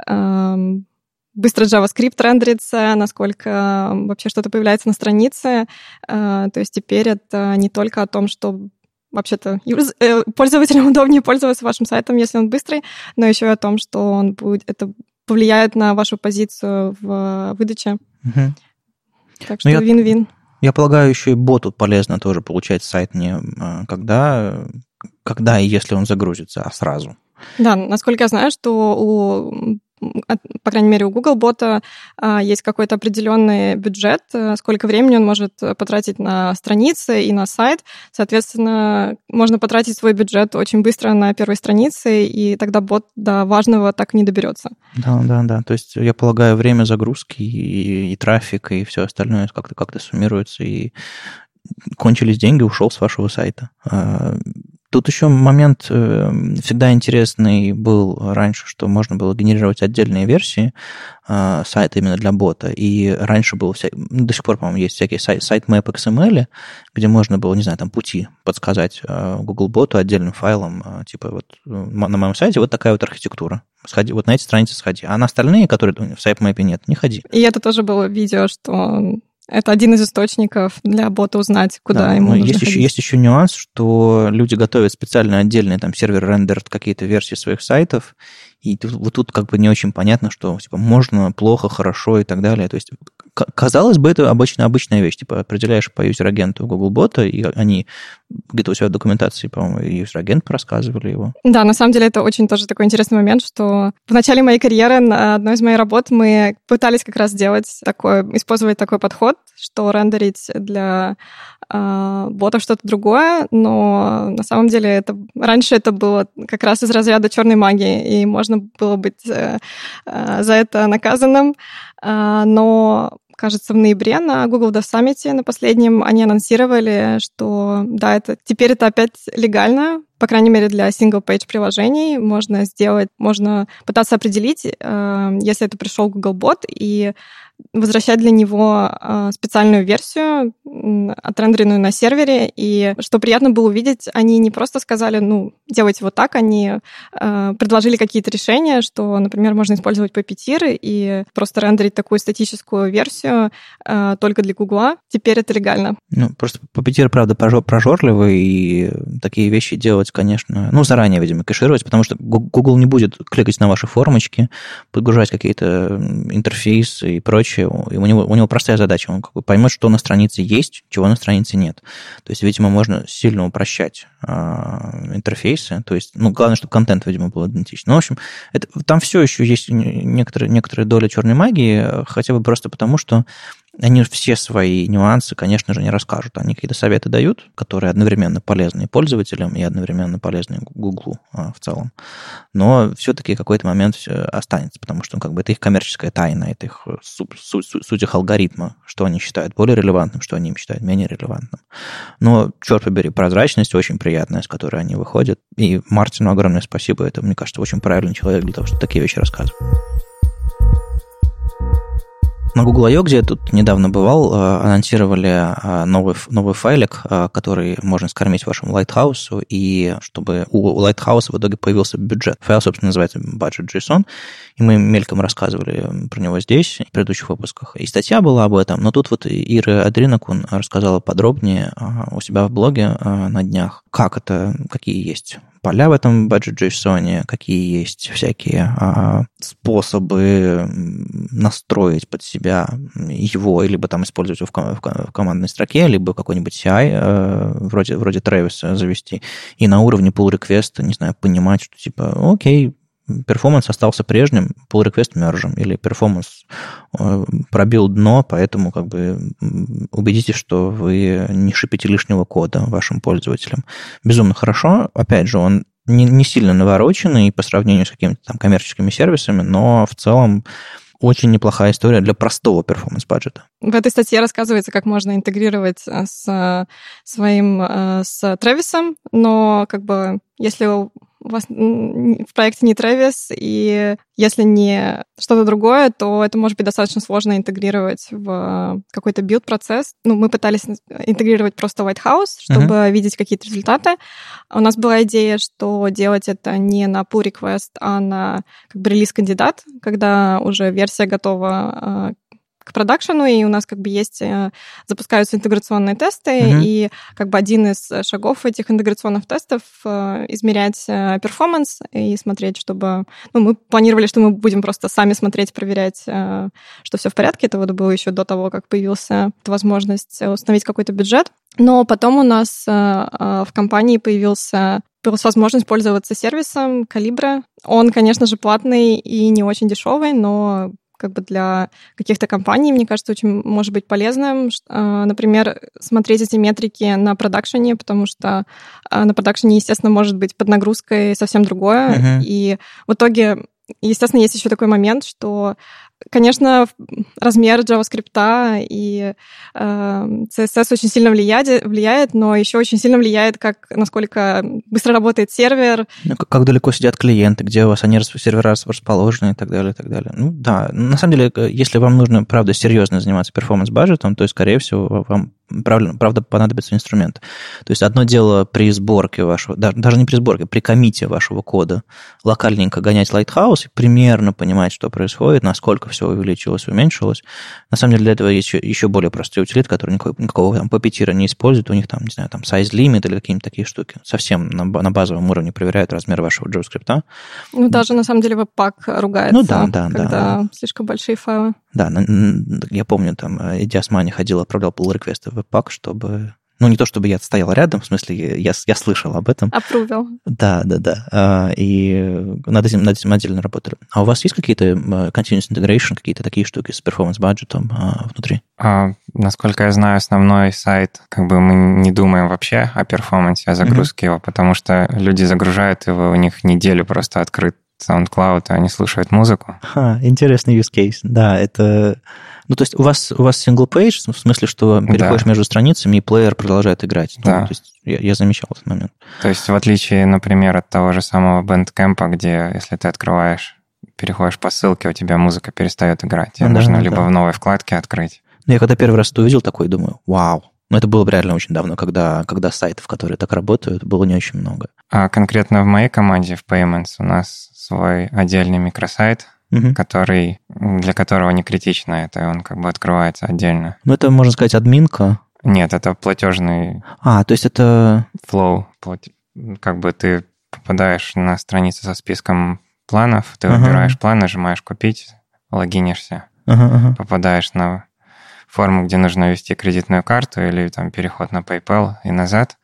S2: быстро JavaScript рендерится, насколько вообще что-то появляется на странице. То есть теперь это не только о том, что вообще-то пользователям удобнее пользоваться вашим сайтом, если он быстрый, но еще и о том, что он будет, это повлияет на вашу позицию в выдаче. Угу. Так что вин-вин.
S1: Я, я полагаю, еще и боту полезно тоже получать сайт не когда, когда и если он загрузится, а сразу.
S2: Да, насколько я знаю, что у по крайней мере, у Google-бота есть какой-то определенный бюджет, сколько времени он может потратить на страницы и на сайт. Соответственно, можно потратить свой бюджет очень быстро на первой странице, и тогда бот до важного так не доберется.
S1: Да, да, да. То есть, я полагаю, время загрузки и, и трафик, и все остальное как-то, как-то суммируется, и кончились деньги, ушел с вашего сайта. Тут еще момент всегда интересный был раньше, что можно было генерировать отдельные версии э, сайта именно для бота. И раньше было, вся... до сих пор, по-моему, есть всякие сайт, сайт-мэп икс эм эль, где можно было, не знаю, там пути подсказать э, Google-боту отдельным файлом, э, типа вот на моем сайте вот такая вот архитектура. Сходи, вот на эти страницы сходи. А на остальные, которые в сайт-мэпе нет, не ходи.
S2: И это тоже было видео, что... Это один из источников для бота узнать, куда да, ему нужно
S1: есть
S2: ходить.
S1: Еще, есть еще нюанс, что люди готовят специально отдельные там сервер рендерят какие-то версии своих сайтов, и тут, вот тут как бы не очень понятно, что типа можно, плохо, хорошо и так далее. То есть, казалось бы, это обычная, обычная вещь. Типа определяешь по юзер-агенту Google-бота, и они где-то у себя в документации, по-моему, юзер-агент рассказывали его.
S2: Да, на самом деле это очень тоже такой интересный момент, что в начале моей карьеры на одной из моих работ мы пытались как раз делать такое, использовать такой подход, что рендерить для э, ботов что-то другое, но на самом деле это раньше это было как раз из разряда черной магии, и можно было быть э, э, за это наказанным, э, но кажется, в ноябре на Google Dev Summit на последнем они анонсировали, что да, это теперь это опять легально, по крайней мере, для single-page приложений можно сделать, можно пытаться определить, э, если это пришел Google-бот, и возвращать для него э, специальную версию, э, отрендеренную на сервере. И что приятно было увидеть, они не просто сказали, ну, делайте вот так, они э, предложили какие-то решения, что, например, можно использовать Puppeteer и просто рендерить такую статическую версию э, только для Гугла. Теперь это легально.
S1: Ну, просто Puppeteer, правда, прожорливый, и такие вещи делать, конечно, ну, заранее, видимо, кэшировать, потому что Google не будет кликать на ваши формочки, подгружать какие-то интерфейсы и прочее. И у него, у него простая задача. Он как бы поймет, что на странице есть, чего на странице нет. То есть, видимо, можно сильно упрощать э, интерфейсы. То есть, ну, главное, чтобы контент, видимо, был идентичен. Ну, в общем, это, там все еще есть некоторые, некоторые доли черной магии, хотя бы просто потому, что они все свои нюансы, конечно же, не расскажут. Они какие-то советы дают, которые одновременно полезны пользователям и одновременно полезны Гуглу в целом. Но все-таки какой-то момент все останется, потому что ну, как бы это их коммерческая тайна, это их суть, суть, суть их алгоритма, что они считают более релевантным, что они считают менее релевантным. Но, черт побери, прозрачность очень приятная, с которой они выходят. И Мартину огромное спасибо. Это, мне кажется, очень правильный человек для того, чтобы такие вещи рассказывать. На Google I O, где я тут недавно бывал, анонсировали новый, новый файлик, который можно скормить вашему Lighthouse, и чтобы у Lighthouse в итоге появился бюджет. Файл, собственно, называется budget.json, и мы мельком рассказывали про него здесь, в предыдущих выпусках. И статья была об этом, но тут вот Ира Адринакун рассказала подробнее у себя в блоге на днях, как это, какие есть поля в этом budget.json, какие есть всякие а, способы настроить под себя его, либо там использовать его в, ком- в командной строке, либо какой-нибудь си ай а, вроде, вроде Travis завести, и на уровне pull request, не знаю, понимать, что типа, окей, перформанс остался прежним, pull request мержем, или перформанс пробил дно, поэтому как бы убедитесь, что вы не шипите лишнего кода вашим пользователям. Безумно хорошо. Опять же, он не, не сильно навороченный по сравнению с какими-то там коммерческими сервисами, но в целом очень неплохая история для простого перформанс-баджета.
S2: В этой статье рассказывается, как можно интегрировать с своим, с Трэвисом, но как бы если у вас в проекте не Трэвис, и если не что-то другое, то это может быть достаточно сложно интегрировать в какой-то билд-процесс. Ну, мы пытались интегрировать просто White House, чтобы uh-huh. видеть какие-то результаты. У нас была идея, что делать это не на pull request, а на как бы релиз-кандидат, когда уже версия готова к продакшену, и у нас как бы есть, запускаются интеграционные тесты, uh-huh. и как бы один из шагов этих интеграционных тестов измерять перформанс и смотреть, чтобы... Ну, мы планировали, что мы будем просто сами смотреть, проверять, что все в порядке. Это вот было еще до того, как появилась возможность установить какой-то бюджет. Но потом у нас в компании появился появилась возможность пользоваться сервисом Колибра. Он, конечно же, платный и не очень дешевый, но как бы для каких-то компаний, мне кажется, очень может быть полезным. Например, смотреть эти метрики на продакшене, потому что на продакшене, естественно, может быть под нагрузкой совсем другое. Uh-huh. И в итоге, естественно, есть еще такой момент, что, конечно, размер JavaScript и э, си эс эс очень сильно влияет, влияет, но еще очень сильно влияет, как, насколько быстро работает сервер.
S1: Ну, как, как далеко сидят клиенты, где у вас они сервера расположены и так далее, и так далее. Ну да, на самом деле, если вам нужно, правда, серьезно заниматься перформанс-баджетом, то, скорее всего, вам правда, правда понадобится инструмент. То есть одно дело при сборке вашего, даже не при сборке, при коммите вашего кода локальненько гонять Lighthouse и примерно понимать, что происходит, насколько все увеличилось, уменьшилось. На самом деле для этого есть еще, еще более простые утилиты, которые никакого, никакого там папетира не используют. У них там, не знаю, там size limit или какие-нибудь такие штуки. Совсем на, на базовом уровне проверяют размер вашего JavaScript.
S2: Ну, даже на самом деле Webpack ругается,
S1: ну, да, да,
S2: когда
S1: да.
S2: слишком большие файлы.
S1: Да, я помню, там Эдди Османи ходил, отправлял pull-реквесты в Webpack, чтобы... Ну, не то, чтобы я стоял рядом, в смысле, я, я слышал об этом.
S2: Апрувил.
S1: Да, да, да. И над этим, над этим отдельно работали. А у вас есть какие-то continuous integration, какие-то такие штуки с перформанс-баджетом внутри?
S3: А, насколько я знаю, основной сайт, как бы мы не думаем вообще о перформансе, о загрузке mm-hmm. его, потому что люди загружают его, у них неделю просто открыт SoundCloud, и они слушают музыку.
S1: Ха, интересный use case. Да, это... Ну, то есть у вас, у вас single page, в смысле, что переходишь да. между страницами, и плеер продолжает играть.
S3: Да.
S1: Ну, то есть я, я замечал этот момент.
S3: То есть в отличие, например, от того же самого Bandcamp, где, если ты открываешь, переходишь по ссылке, у тебя музыка перестает играть. Тебе ну, нужно да, либо да. в новой вкладке открыть.
S1: Я когда первый раз это увидел, такой думаю, вау. Но это было бы реально очень давно, когда, когда сайтов, которые так работают, было не очень много.
S3: А конкретно в моей команде, в Payments, у нас свой отдельный микросайт, угу. который, для которого не критично это, он как бы открывается отдельно.
S1: Ну, это, можно сказать, админка?
S3: Нет, это платежный...
S1: А, то есть это...
S3: Flow. Как бы ты попадаешь на страницу со списком планов, ты
S1: ага.
S3: выбираешь план, нажимаешь «Купить», логинишься,
S1: ага, ага.
S3: попадаешь на форму, где нужно ввести кредитную карту или там переход на PayPal и назад.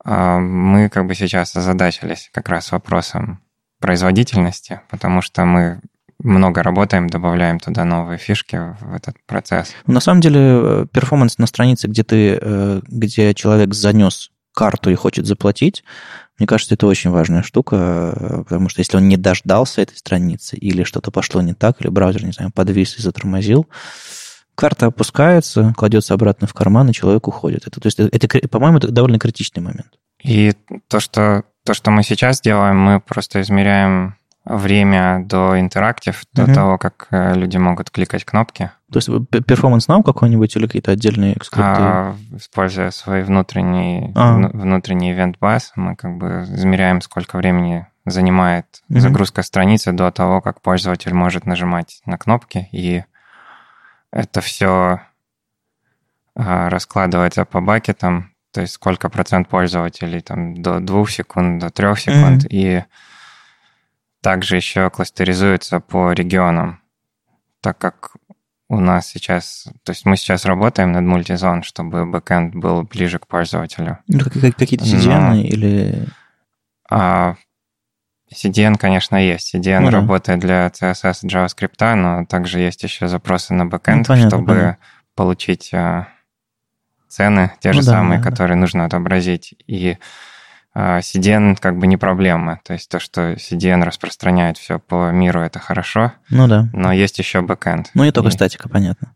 S3: Мы как бы сейчас озадачились как раз вопросом производительности, потому что мы много работаем, добавляем туда новые фишки в этот процесс.
S1: На самом деле перформанс на странице, где ты, где человек занес карту и хочет заплатить, мне кажется, это очень важная штука, потому что если он не дождался этой страницы или что-то пошло не так, или браузер, не знаю, подвис и затормозил, карта опускается, кладется обратно в карман, и человек уходит. Это, то есть, это, по-моему, это довольно критичный момент.
S3: И то, что, то, что мы сейчас делаем, мы просто измеряем время до интерактив, до uh-huh. того, как люди могут кликать кнопки.
S1: То есть Performance Now какой-нибудь или какие-то отдельные скрипты?
S3: А, используя свой внутренний, а. внутренний event-бас, мы как бы измеряем, сколько времени занимает uh-huh. загрузка страницы до того, как пользователь может нажимать на кнопки, и это все раскладывается по бакетам, то есть сколько процент пользователей там, до двух секунд, до трех секунд, mm-hmm. и также еще кластеризуется по регионам, так как у нас сейчас, то есть мы сейчас работаем над мультизон, чтобы бэкэнд был ближе к пользователю.
S1: Ну, какие-то си ди эн или...
S3: А, си ди эн, конечно, есть. си ди эн
S1: ну,
S3: работает да. для си эс эс и JavaScript, но также есть еще запросы на бэкэнд, ну,
S1: понятно,
S3: чтобы
S1: понятно.
S3: получить а, цены, те же
S1: ну, да,
S3: самые,
S1: да,
S3: которые
S1: да.
S3: нужно отобразить. И а, си ди эн как бы не проблема. То есть то, что си ди эн распространяет все по миру, это хорошо.
S1: Ну да.
S3: Но есть еще бэкэнд.
S1: Ну, не только
S3: и,
S1: статика, понятно.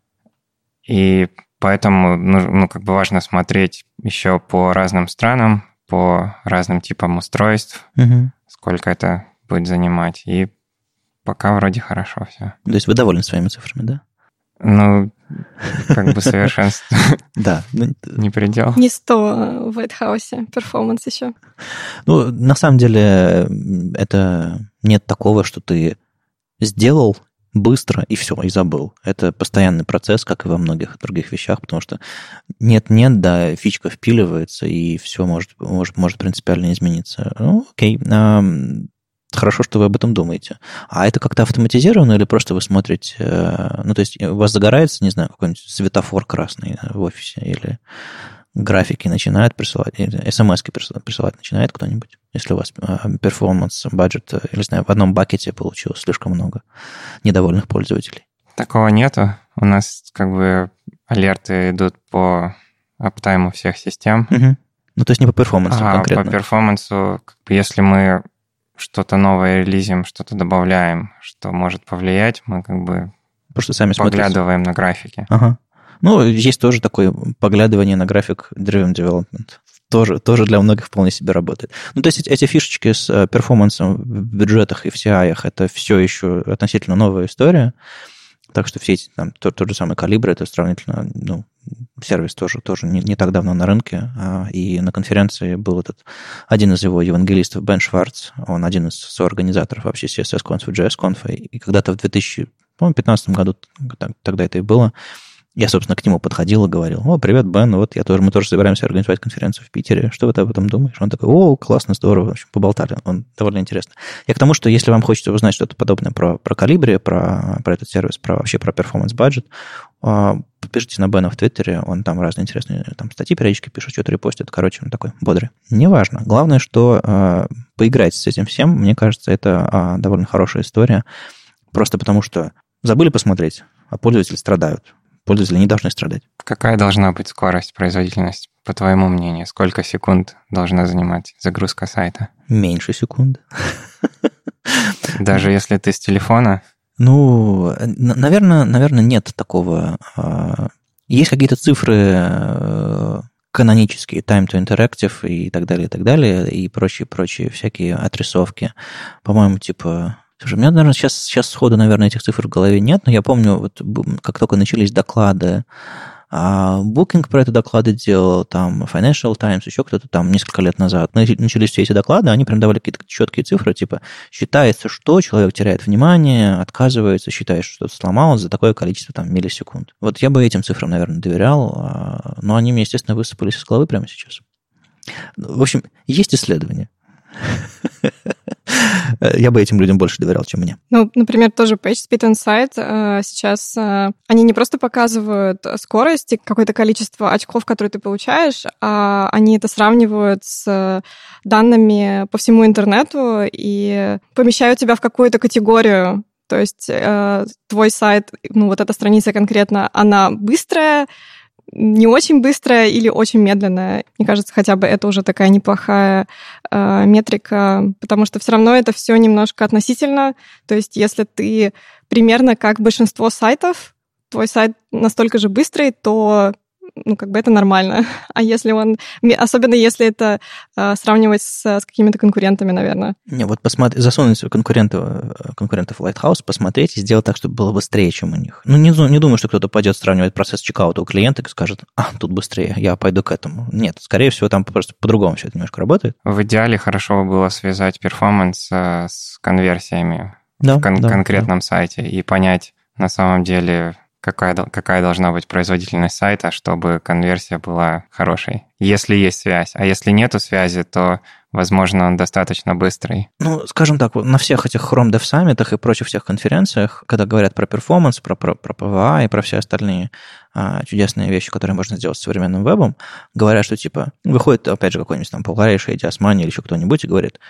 S3: И поэтому ну, ну, как бы важно смотреть еще по разным странам, по разным типам устройств,
S1: угу.
S3: сколько это будет занимать. И пока вроде хорошо все.
S1: То есть вы довольны своими цифрами, да?
S3: Ну, как бы совершенство.
S1: Да.
S3: Не предел.
S2: Не сто в White House, перформанс еще.
S1: Ну, на самом деле, это нет такого, что ты сделал быстро и все, и забыл. Это постоянный процесс, как и во многих других вещах, потому что нет-нет, да, фичка впиливается, и все может, может, может принципиально измениться. Ну, окей. Хорошо, что вы об этом думаете. А это как-то автоматизировано или просто вы смотрите... Ну, то есть у вас загорается, не знаю, какой-нибудь светофор красный в офисе или графики начинают присылать, смс-ки присылать начинает кто-нибудь? Если у вас перформанс, баджет, или, не знаю, в одном бакете получилось слишком много недовольных пользователей.
S3: Такого нету. У нас как бы алерты идут по аптайму всех систем.
S1: Угу. Ну, то есть не по перформансу
S3: а
S1: конкретно.
S3: По перформансу, как бы, если мы что-то новое релизим, что-то добавляем, что может повлиять, мы как бы
S1: просто сами
S3: поглядываем
S1: смотрите.
S3: на графики.
S1: Ага. Ну, есть тоже такое поглядывание на график Driven Development. Тоже, тоже для многих вполне себе работает. Ну, то есть эти, эти фишечки с перформансом в бюджетах и в си ай-ах, это все еще относительно новая история. Так что все эти, там, тот, тот же самый Калибр, это сравнительно, ну, сервис тоже, тоже не, не так давно на рынке. А, и на конференции был этот, один из его евангелистов, Бен Шварц, он один из соорганизаторов вообще си эс эс-конфа, джей эс-конфа. И когда-то в две тысячи пятнадцатом году, тогда это и было, я, собственно, к нему подходил и говорил: о, привет, Бен, вот я тоже, мы тоже собираемся организовать конференцию в Питере. Что ты об этом думаешь? Он такой: о, классно, здорово. В общем, поболтали. Он довольно интересно. Я к тому, что если вам хочется узнать что-то подобное про, про Calibri, про, про этот сервис, про, вообще про Performance Budget, подпишитесь на Бена в Твиттере, он там разные интересные там, статьи периодически пишет, что-то репостит. Короче, он такой бодрый. Неважно. Главное, что э, поиграть с этим всем, мне кажется, это э, довольно хорошая история. Просто потому, что забыли посмотреть, а пользователи страдают. Пользователи не должны страдать.
S3: Какая должна быть скорость, производительность, по твоему мнению? Сколько секунд должна занимать загрузка сайта?
S1: Меньше секунды.
S3: Даже если ты с телефона?
S1: Ну, наверное, наверное, нет такого. Есть какие-то цифры канонические, time to interactive и так далее, и так далее, и прочие-прочие всякие отрисовки. По-моему, типа... Слушай, у меня, наверное, сейчас, сейчас сходу, наверное, этих цифр в голове нет, но я помню, вот, как только начались доклады, Booking про это доклады делал, там Financial Times, еще кто-то там несколько лет назад. Начались все эти доклады, они прям давали какие-то четкие цифры, типа считается, что человек теряет внимание, отказывается, считает, что что-то сломалось за такое количество там миллисекунд. Вот я бы этим цифрам, наверное, доверял, но они мне, естественно, высыпались из головы прямо сейчас. В общем, есть исследования. Я бы этим людям больше доверял, чем мне.
S2: Ну, например, тоже PageSpeed Insight сейчас, они не просто показывают скорость и какое-то количество очков, которые ты получаешь, а они это сравнивают с данными по всему интернету и помещают тебя в какую-то категорию. То есть твой сайт, ну, вот эта страница конкретно, она быстрая, не очень быстрая или очень медленная. Мне кажется, хотя бы это уже такая неплохая э, метрика, потому что все равно это все немножко относительно. То есть если ты примерно как большинство сайтов, твой сайт настолько же быстрый, то ну, как бы это нормально. А если он... Особенно если это э, сравнивать с, с какими-то конкурентами, наверное.
S1: Не, вот посмотри, засунуть конкурентов, конкурентов Lighthouse, посмотреть и сделать так, чтобы было быстрее, чем у них. Ну, не, не думаю, что кто-то пойдет сравнивать процесс чекаута у клиента и скажет: а, тут быстрее, я пойду к этому. Нет, скорее всего, там просто по-другому все это немножко работает.
S3: В идеале хорошо было связать перформанс с конверсиями
S1: да,
S3: в кон-
S1: да,
S3: конкретном
S1: да.
S3: сайте и понять на самом деле... Какая, какая должна быть производительность сайта, чтобы конверсия была хорошей, если есть связь. А если нету связи, то, возможно, он достаточно быстрый.
S1: Ну, скажем так, на всех этих Chrome Dev Summit и прочих всех конференциях, когда говорят про перформанс, про, про, про пи ви эй и про все остальные а, чудесные вещи, которые можно сделать с современным вебом, говорят, что типа выходит, опять же, какой-нибудь там полярейший, Диасмани или еще кто-нибудь и говорит: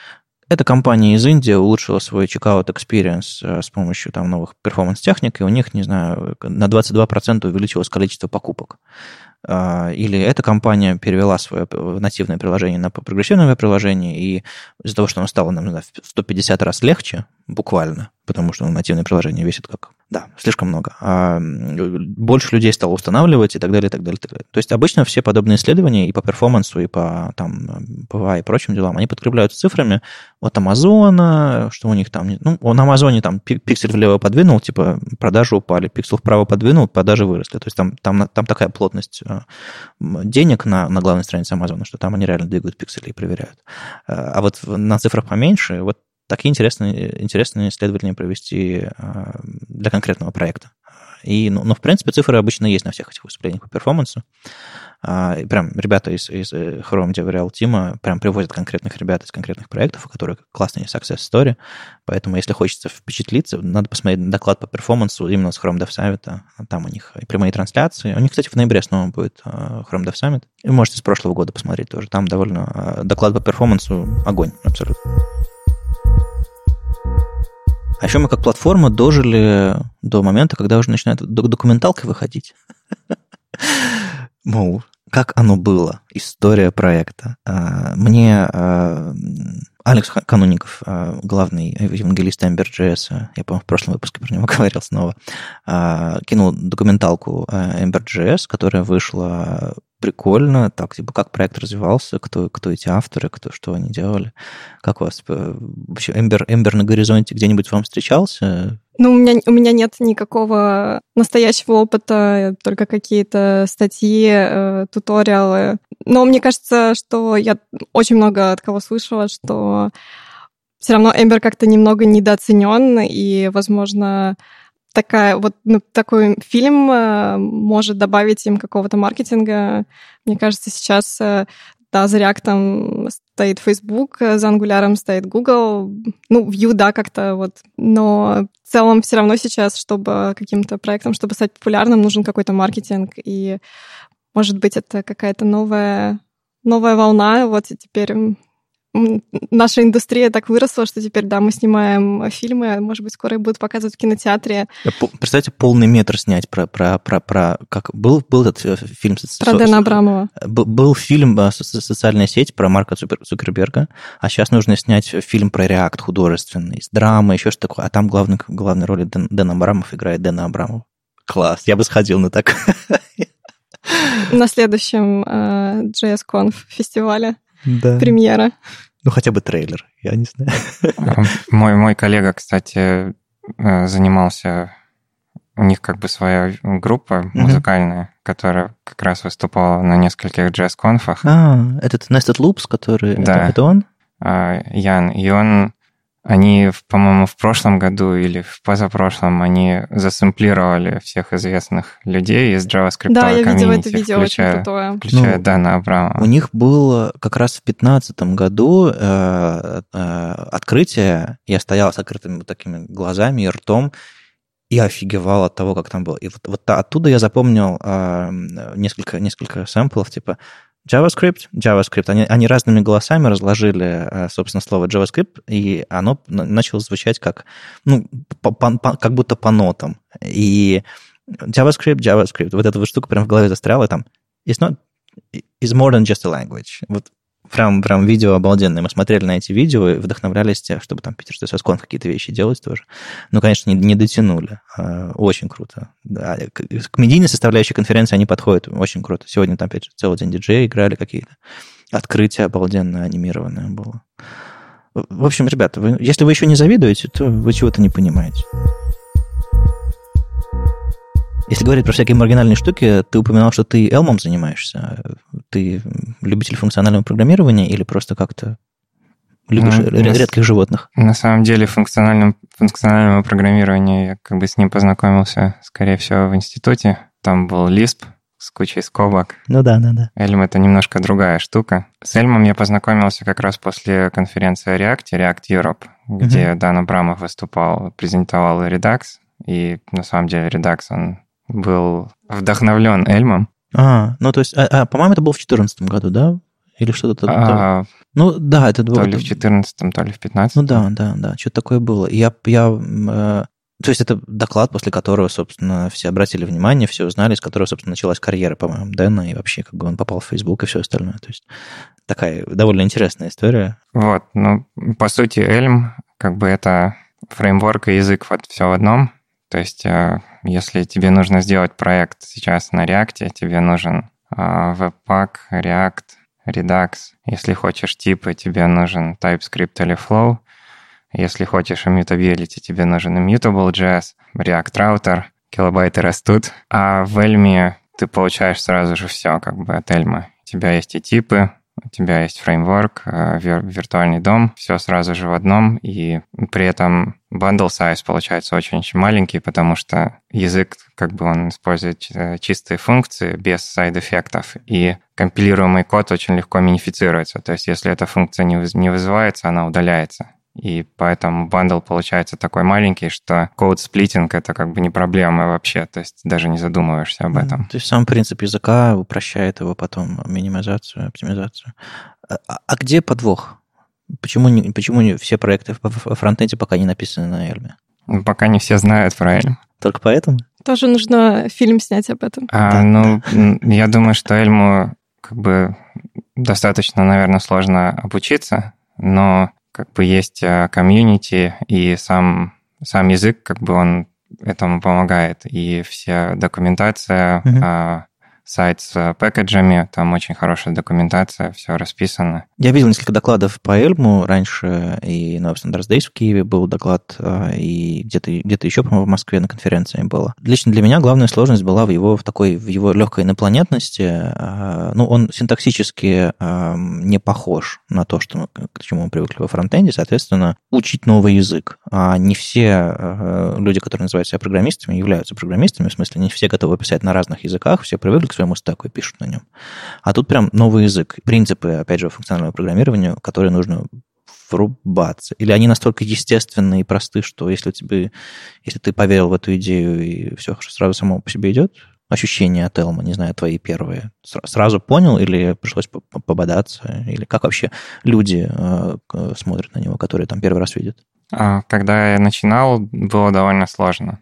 S1: Эта компания из Индии улучшила свой checkout experience с помощью там новых перформанс-техник, и у них, не знаю, на двадцать два процента увеличилось количество покупок. Или эта компания перевела свое нативное приложение на прогрессивное приложение, и из-за того, что оно стало, нам, не знаю, в сто пятьдесят раз легче, буквально, потому что нативное приложение весит как... Да, слишком много. А больше людей стало устанавливать и так далее, и так далее, и так далее. То есть обычно все подобные исследования и по перформансу, и по там, пи ви эй и прочим делам, они подкрепляются цифрами от Амазона, что у них там... Ну, на Амазоне там пиксель влево подвинул, типа продажи упали, пиксель вправо подвинул, продажи выросли. То есть там, там, там такая плотность денег на, на главной странице Амазона, что там они реально двигают пиксели и проверяют. А вот на цифрах поменьше, вот такие интересные, интересные исследования провести для конкретного проекта. И, ну, ну, в принципе, цифры обычно есть на всех этих выступлениях по перформансу. И прям ребята из, из Chrome DevRel Team прям привозят конкретных ребят из конкретных проектов, у которых классные success story. Поэтому, если хочется впечатлиться, надо посмотреть доклад по перформансу именно с Chrome Dev Summit. Там у них и прямые трансляции. У них, кстати, в ноябре снова будет Chrome Dev Summit. И можете с прошлого года посмотреть тоже. Там довольно... Доклад по перформансу огонь абсолютно. А еще мы как платформа дожили до момента, когда уже начинает документалка выходить. Мол, как оно было, история проекта. Мне Алекс Канунников, главный евангелист Ember.js, я, по-моему, в прошлом выпуске про него говорил снова, кинул документалку Ember.js, которая вышла прикольно, так, типа, как проект развивался, кто, кто эти авторы, кто, что они делали. Как у вас вообще Ember, Ember на горизонте где-нибудь вам встречался?
S2: Ну, у меня, у меня нет никакого настоящего опыта, только какие-то статьи, э, туториалы. Но мне кажется, что я очень много от кого слышала, что все равно Ember как-то немного недооценен, и, возможно, такая, вот, ну, такой фильм э, может добавить им какого-то маркетинга. Мне кажется, сейчас... Э, Да, за React стоит Facebook, за Angular стоит Google. Ну, Vue, да, как-то вот. Но в целом все равно сейчас, чтобы каким-то проектом, чтобы стать популярным, нужен какой-то маркетинг. И, может быть, это какая-то новая, новая волна. Вот и теперь наша индустрия так выросла, что теперь, да, мы снимаем фильмы, может быть, скоро их будут показывать в кинотеатре.
S1: Представьте, полный метр снять про... про, про, про как был, был этот фильм...
S2: Про со, Дэна Абрамова.
S1: Был, был фильм «Социальная сеть» про Марка Цукерберга, а сейчас нужно снять фильм про React художественный, с драмой, еще что такое. А там главный, в главной роли Дэн, Дэн Абрамов играет Дэна Абрамова. Класс, я бы сходил на так.
S2: На следующем джей эс конф фестивале.
S1: Да.
S2: Премьера.
S1: Ну, хотя бы трейлер, я не знаю.
S3: Мой, мой коллега, кстати, занимался... У них как бы своя группа музыкальная, mm-hmm. которая как раз выступала на нескольких джаз-конфах.
S1: А, этот Nested Loops, который...
S3: Да.
S1: Это, это он?
S3: А, Ян. И он... Они, по-моему, в прошлом году или в позапрошлом они засэмплировали всех известных людей из JavaScript
S2: да, я
S3: комьюнити,
S2: видела это видео,
S3: включая,
S2: очень крутое.
S3: включая
S1: ну,
S3: Дэна Абрамова.
S1: У них было как раз в пятнадцатом году э, э, открытие. Я стоял с открытыми вот такими глазами и ртом и офигевал от того, как там было. И вот, вот оттуда я запомнил э, несколько, несколько сэмплов, типа JavaScript, JavaScript. Они, они разными голосами разложили, собственно, слово JavaScript, и оно начало звучать как, ну, по, по, как будто по нотам. И JavaScript, JavaScript. Вот эта вот штука прям в голове застряла, и там it's not, it's more than just a language. Вот прям, прям видео обалденное. Мы смотрели на эти видео и вдохновлялись, чтобы там Питер джей эс конф какие-то вещи делать тоже. Ну, конечно, не, не дотянули. Очень круто. Да. К медийной составляющей конференции они подходят. Очень круто. Сегодня там, опять же, целый день диджеи играли какие-то. Открытие обалденное, анимированное было. В общем, ребята, вы, если вы еще не завидуете, то вы чего-то не понимаете. Если говорить про всякие маргинальные штуки, ты упоминал, что ты Elm занимаешься. Ты любитель функционального программирования или просто как-то любишь ну, редких
S3: на,
S1: животных?
S3: На самом деле функциональным, функционального программирования я как бы с ним познакомился, скорее всего, в институте. Там был Lisp с кучей скобок.
S1: Ну да, да, да.
S3: Elm — это немножко другая штука. С Elm я познакомился как раз после конференции о React, React Europe, где uh-huh. Дан Абрамов выступал, презентовал Redux. И на самом деле Redux, он был вдохновлен Эльмом.
S1: А, ну то есть, а, а, по-моему, это было в две тысячи четырнадцатом году, да? Или что-то...
S3: А,
S1: ну, да, это...
S3: То ли в четырнадцатом, то ли в пятнадцатом.
S1: Ну да, да, да, что-то такое было. Я... я э, то есть это доклад, после которого, собственно, все обратили внимание, все узнали, с которого, собственно, началась карьера, по-моему, Дэна, и вообще как бы он попал в Facebook и все остальное. То есть такая довольно интересная история.
S3: Вот, ну, по сути, Elm, как бы это фреймворк и язык вот все в одном. То есть если тебе нужно сделать проект сейчас на React, тебе нужен Webpack, React, Redux. Если хочешь типы, тебе нужен TypeScript или Flow. Если хочешь immutability, тебе нужен Immutable.js, React Router, килобайты растут. А в Elm ты получаешь сразу же все как бы от Elm. У тебя есть и типы, у тебя есть фреймворк, вир- виртуальный дом, все сразу же в одном, и при этом bundle size получается очень-очень маленький, потому что язык, как бы он использует чистые функции без сайд-эффектов, и компилируемый код очень легко минифицируется. То есть если эта функция не, выз- не вызывается, она удаляется. И поэтому бандл получается такой маленький, что код-сплитинг — это как бы не проблема вообще, то есть даже не задумываешься об этом.
S1: Mm, то есть сам принцип языка упрощает его потом, минимизацию, оптимизацию. А, а где подвох? Почему, не, почему не все проекты во фронтенде пока не написаны на Elm?
S3: Ну, пока не все знают про Elm.
S1: Только поэтому?
S2: Тоже нужно фильм снять об этом.
S3: А,
S1: да,
S3: ну, да. Я думаю, что Elm как бы достаточно, наверное, сложно обучиться, но как бы есть комьюнити, и сам, сам язык, как бы он этому помогает. И вся документация, mm-hmm. сайт с пэкэджами, там очень хорошая документация, все расписано.
S1: Я видел несколько докладов по Эльму раньше, и на Standards Days в Киеве был доклад, и где-то, где-то еще, по-моему, в Москве на конференции было. Лично для меня главная сложность была в его, в такой, в его легкой инопланетности. Ну, он синтаксически не похож на то, что, к чему мы привыкли во фронтенде, соответственно, учить новый язык. А не все люди, которые называют себя программистами, являются программистами, в смысле, не все готовы писать на разных языках, все привыкли к своему стеку и пишут на нем. А тут прям новый язык. Принципы, опять же, функционального программирования, которые нужно врубаться. Или они настолько естественные и просты, что если, тебе, если ты поверил в эту идею и все сразу само по себе идет, ощущения от Elm, не знаю, твои первые, сразу понял или пришлось пободаться? Или как вообще люди смотрят на него, которые там первый раз видят?
S3: Когда я начинал, было довольно сложно.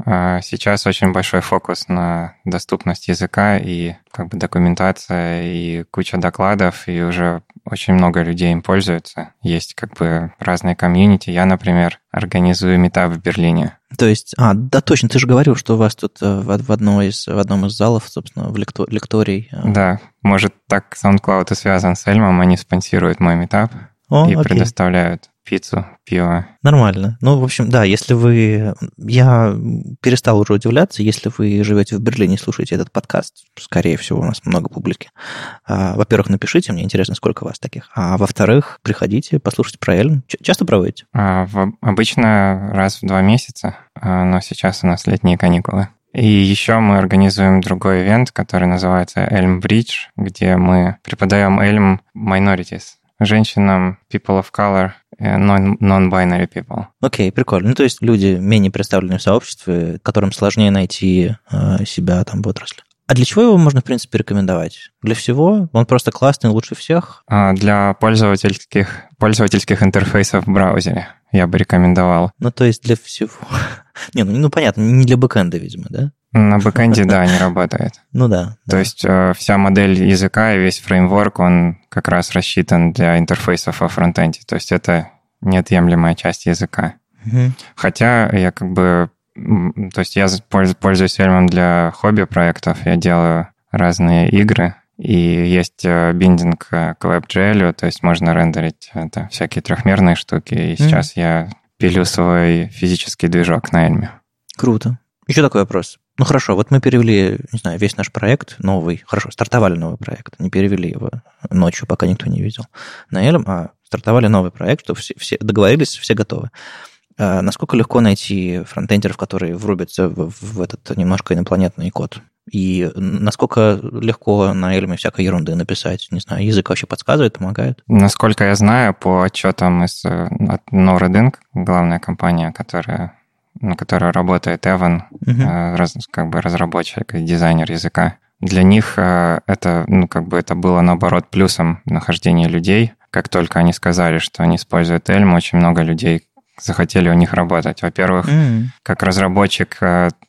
S3: Сейчас очень большой фокус на доступность языка и как бы документация, и куча докладов, и уже очень много людей им пользуются. Есть как бы разные комьюнити. Я, например, организую митап в Берлине.
S1: То есть, а, да, точно, ты же говорил, что у вас тут в, в, одной из, в одном из залов, собственно, в лекто, лекторий.
S3: Да, может, так SoundCloud и связан с Elm, они спонсируют мой митап и окей. предоставляют пиццу, пиво.
S1: Нормально. Ну, в общем, да, если вы... Я перестал уже удивляться, если вы живете в Берлине и слушаете этот подкаст, скорее всего, у нас много публики. Во-первых, напишите, мне интересно, сколько вас таких. А во-вторых, приходите, послушайте про Elm. Часто проводите?
S3: А, в, обычно раз в два месяца, но сейчас у нас летние каникулы. И еще мы организуем другой ивент, который называется Elm Bridge, где мы преподаем Elm Minorities. Женщинам, people of color, non-binary people.
S1: Окей, okay, прикольно. Ну, то есть люди менее представленные в сообществе, которым сложнее найти э, себя там в отрасли. А для чего его можно, в принципе, рекомендовать? Для всего? Он просто классный, лучше всех?
S3: А, для пользовательских, пользовательских интерфейсов в браузере я бы рекомендовал.
S1: Ну, то есть для всего. Не, ну, ну понятно, не для бэкэнда, видимо, да?
S3: На бэкэнде, да, не работает.
S1: Ну да.
S3: То есть вся модель языка и весь фреймворк, он как раз рассчитан для интерфейсов во фронтенде. То есть это неотъемлемая часть языка. Угу. Хотя я как бы... То есть я пользуюсь Elm для хобби-проектов, я делаю разные игры, и есть биндинг к WebGL, то есть можно рендерить это, всякие трехмерные штуки, и угу. сейчас я пилю свой физический движок на Elm.
S1: Круто. Еще такой вопрос. Ну хорошо, вот мы перевели, не знаю, весь наш проект новый, хорошо, стартовали новый проект, не перевели его ночью, пока никто не видел на Elm, а стартовали новый проект, что все, все договорились, все готовы. А насколько легко найти фронтендеров, которые врубятся в, в этот немножко инопланетный код? И насколько легко на Elm всякой ерунды написать? Не знаю, язык вообще подсказывает, помогает?
S3: Насколько я знаю, по отчетам из от NoRedInk, главная компания, которая... на которой работает Эван, uh-huh. раз, как бы разработчик и дизайнер языка. для них это, ну, как бы это было, наоборот, плюсом нахождения людей. Как только они сказали, что они используют Elm, очень много людей захотели у них работать. Во-первых, mm. как разработчик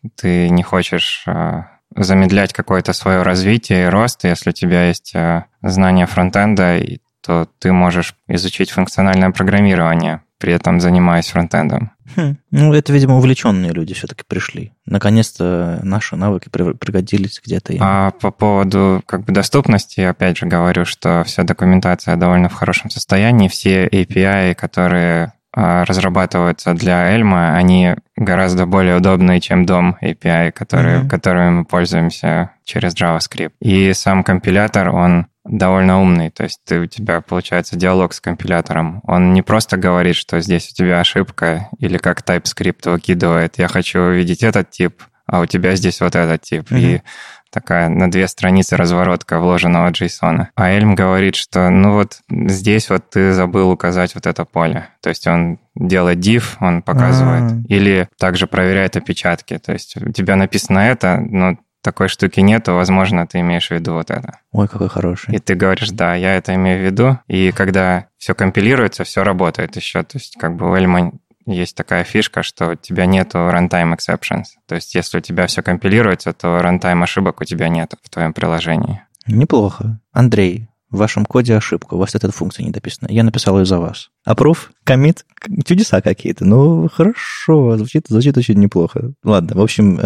S3: ты не хочешь замедлять какое-то свое развитие и рост. Если у тебя есть знания фронтенда, то ты можешь изучить функциональное программирование, при этом занимаясь фронтендом.
S1: Хм. Ну, это, видимо, увлеченные люди все-таки пришли. Наконец-то наши навыки пригодились где-то. Им.
S3: А по поводу как бы доступности, опять же говорю, что вся документация довольно в хорошем состоянии. Все эй пи ай, которые разрабатываются для Elm, они гораздо более удобные, чем дом эй пи ай, которые, mm-hmm. которыми мы пользуемся через JavaScript. И сам компилятор, он довольно умный, то есть ты, у тебя получается диалог с компилятором. Он не просто говорит, что здесь у тебя ошибка, или как TypeScript выкидывает, я хочу увидеть этот тип, а у тебя здесь вот этот тип. Mm-hmm. И такая на две страницы разворотка вложенного JSON. А Elm говорит, что ну вот здесь вот ты забыл указать вот это поле. То есть он делает div, он показывает. А-а-а. Или также проверяет опечатки. То есть у тебя написано это, но такой штуки нету, возможно, ты имеешь в виду вот это.
S1: Ой, какой хороший.
S3: И ты говоришь, да, я это имею в виду. И когда все компилируется, все работает еще. То есть как бы у Elm есть такая фишка, что у тебя нету runtime exceptions. То есть если у тебя все компилируется, то runtime ошибок у тебя нет в твоем приложении.
S1: Неплохо. Андрей, в вашем коде ошибка, у вас эта функция не дописана. Я написал ее за вас. Approve, commit, чудеса какие-то. Ну, хорошо, звучит, звучит очень неплохо. Ладно, в общем,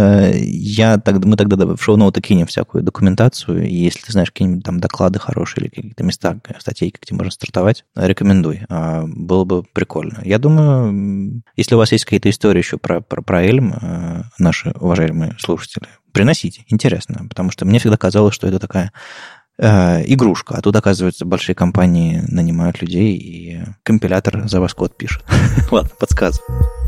S1: я, мы тогда в шоу-ноуты кинем всякую документацию, и если ты знаешь какие-нибудь там доклады хорошие или какие-то места, статейки, где можно стартовать, рекомендуй. Было бы прикольно. Я думаю, если у вас есть какие-то истории еще про, про, про Elm, наши уважаемые слушатели, приносите, интересно, потому что мне всегда казалось, что это такая игрушка, а тут, оказывается, большие компании нанимают людей, и компилятор за вас код пишет. Ладно, подсказывай.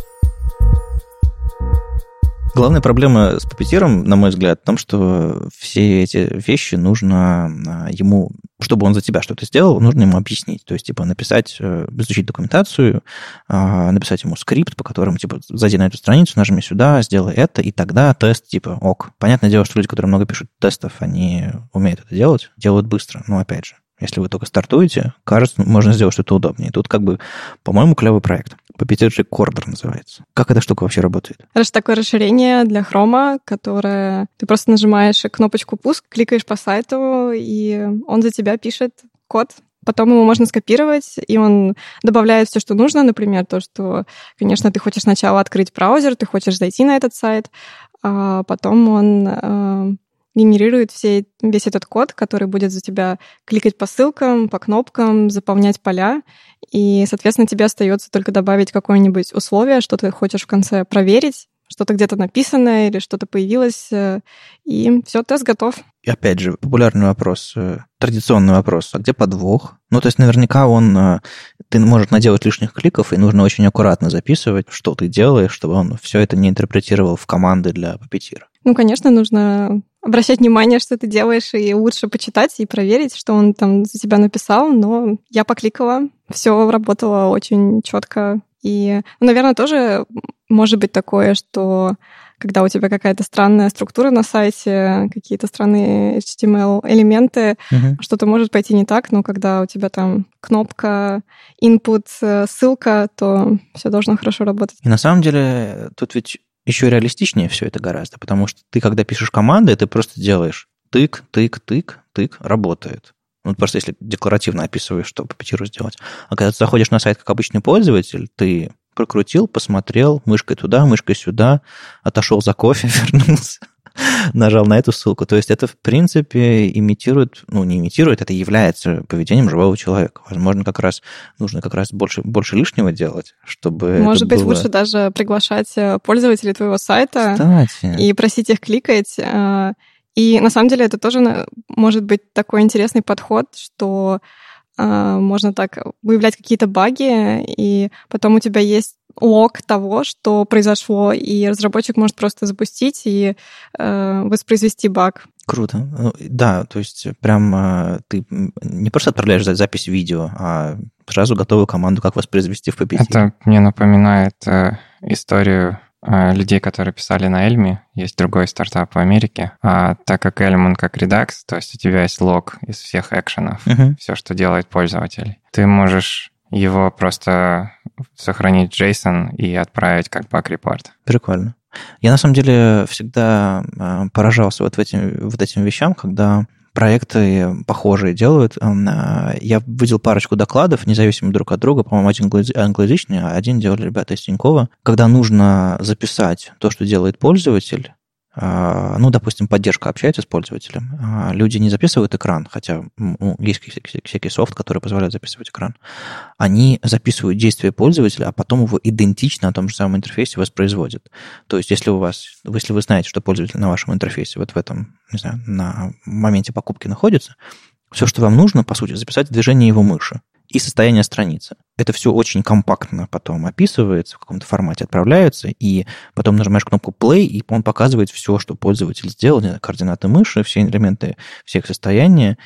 S1: Главная проблема с Puppeteer, на мой взгляд, в том, что все эти вещи нужно ему, чтобы он за тебя что-то сделал, нужно ему объяснить. То есть, типа, написать, изучить документацию, написать ему скрипт, по которому, типа, зайди на эту страницу, нажми сюда, сделай это, и тогда тест, типа, ок. Понятное дело, что люди, которые много пишут тестов, они умеют это делать, делают быстро. Но, опять же, если вы только стартуете, кажется, можно сделать что-то удобнее. Тут, как бы, по-моему, клевый проект. Puppeteer Recorder называется. Как эта штука вообще работает?
S2: Это же такое расширение для Chrome, которое ты просто нажимаешь кнопочку «Пуск», кликаешь по сайту, и он за тебя пишет код. Потом его можно скопировать, и он добавляет все, что нужно. Например, то, что, конечно, ты хочешь сначала открыть браузер, ты хочешь зайти на этот сайт, а потом он генерирует все, весь этот код, который будет за тебя кликать по ссылкам, по кнопкам, заполнять поля. И, соответственно, тебе остается только добавить какое-нибудь условие, что ты хочешь в конце проверить, что-то где-то написано или что-то появилось, и все, тест готов.
S1: И опять же, популярный вопрос, традиционный вопрос, а где подвох? Ну, то есть наверняка он, ты можешь наделать лишних кликов, и нужно очень аккуратно записывать, что ты делаешь, чтобы он все это не интерпретировал в команды для Puppeteer.
S2: Ну, конечно, нужно обращать внимание, что ты делаешь, и лучше почитать и проверить, что он там за тебя написал, но я покликала, все работало очень четко. И, ну, наверное, тоже может быть такое, что когда у тебя какая-то странная структура на сайте, какие-то странные эйч ти эм эл-элементы, uh-huh. что-то может пойти не так, но когда у тебя там кнопка, input, ссылка, то все должно хорошо работать.
S1: И на самом деле тут ведь еще реалистичнее все это гораздо, потому что ты, когда пишешь команды, ты просто делаешь тык, тык, тык, тык, работает. Ну, просто если декларативно описываешь, что по Puppeteer сделать. А когда ты заходишь на сайт как обычный пользователь, ты прокрутил, посмотрел, мышкой туда, мышкой сюда, отошел за кофе, вернулся, нажал на эту ссылку. То есть это, в принципе, имитирует, ну, не имитирует, это является поведением живого человека. Возможно, как раз нужно как раз больше, больше лишнего делать, чтобы
S2: Может
S1: это
S2: быть,
S1: было...
S2: лучше даже приглашать пользователей твоего сайта
S1: Кстати.
S2: И просить их кликать. И на самом деле это тоже может быть такой интересный подход, что можно так выявлять какие-то баги, и потом у тебя есть лог того, что произошло, и разработчик может просто запустить и э, воспроизвести баг.
S1: Круто. Да, то есть прям ты не просто отправляешь запись видео, а сразу готовую команду, как воспроизвести в Puppeteer.
S3: Это мне напоминает э, историю людей, которые писали на Elm. Есть другой стартап в Америке. А так как Elm, он как Redux, то есть у тебя есть лог из всех экшенов, uh-huh. все, что делает пользователь. Ты можешь его просто сохранить в JSON и отправить как баг-репорт.
S1: Прикольно. Я, на самом деле, всегда поражался вот, в этим, вот этим вещам, когда проекты похожие делают. Я видел парочку докладов, независимо друг от друга, по-моему, один англоязычный, а один делали ребята из Тинькова, когда нужно записать то, что делает пользователь. Ну, допустим, поддержка общается с пользователем. Люди не записывают экран, хотя ну, есть всякий софт, который позволяет записывать экран. Они записывают действия пользователя, а потом его идентично на том же самом интерфейсе воспроизводят. То есть, если у вас, если вы знаете, что пользователь на вашем интерфейсе вот в этом, не знаю, на моменте покупки находится, все, что вам нужно, по сути, записать движение его мыши и состояние страницы. Это все очень компактно потом описывается, в каком-то формате отправляется, и потом нажимаешь кнопку play, и он показывает все, что пользователь сделал, координаты мыши, все элементы всех состояния,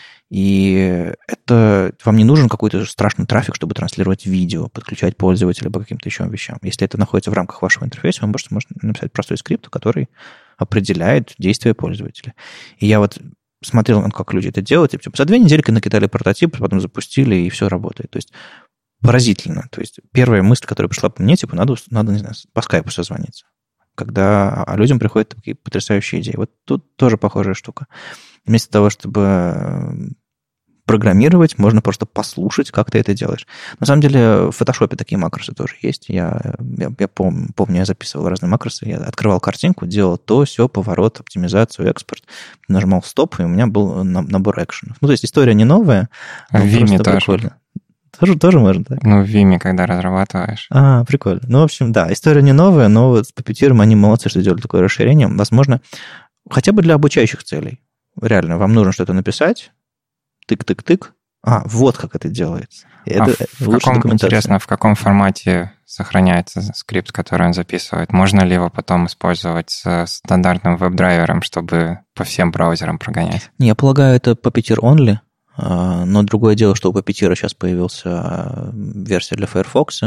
S1: и это вам не нужен какой-то страшный трафик, чтобы транслировать видео, подключать пользователя по каким-то еще вещам. Если это находится в рамках вашего интерфейса, вы можете, можете написать простой скрипт, который определяет действия пользователя. И я вот смотрел, как люди это делают, и типа, за две недельки накидали прототип, потом запустили, и все работает. То есть поразительно. То есть первая мысль, которая пришла по мне, типа, надо, надо не знаю, по скайпу созвониться. Когда а людям приходят такие потрясающие идеи. Вот тут тоже похожая штука. Вместо того, чтобы программировать, можно просто послушать, как ты это делаешь. На самом деле в фотошопе такие макросы тоже есть. Я, я, я помню, помню, я записывал разные макросы, я открывал картинку, делал то, все, поворот, оптимизацию, экспорт, нажимал стоп, и у меня был набор экшенов. Ну, то есть история не новая,
S3: но в Vime тоже.
S1: Прикольно. Тоже, тоже можно, так?
S3: Ну, в Vime, когда разрабатываешь.
S1: А, прикольно. Ну, в общем, да, история не новая, но вот с Puppeteer они молодцы, что сделали такое расширение. Возможно, хотя бы для обучающих целей. Реально, вам нужно что-то написать, тык-тык-тык. А, вот как это делается.
S3: А
S1: это
S3: в каком, интересно, в каком формате сохраняется скрипт, который он записывает? Можно ли его потом использовать с стандартным веб-драйвером, чтобы по всем браузерам прогонять?
S1: Не, я полагаю, это Puppeteer only, но другое дело, что у Puppeteer сейчас появился версия для Firefox,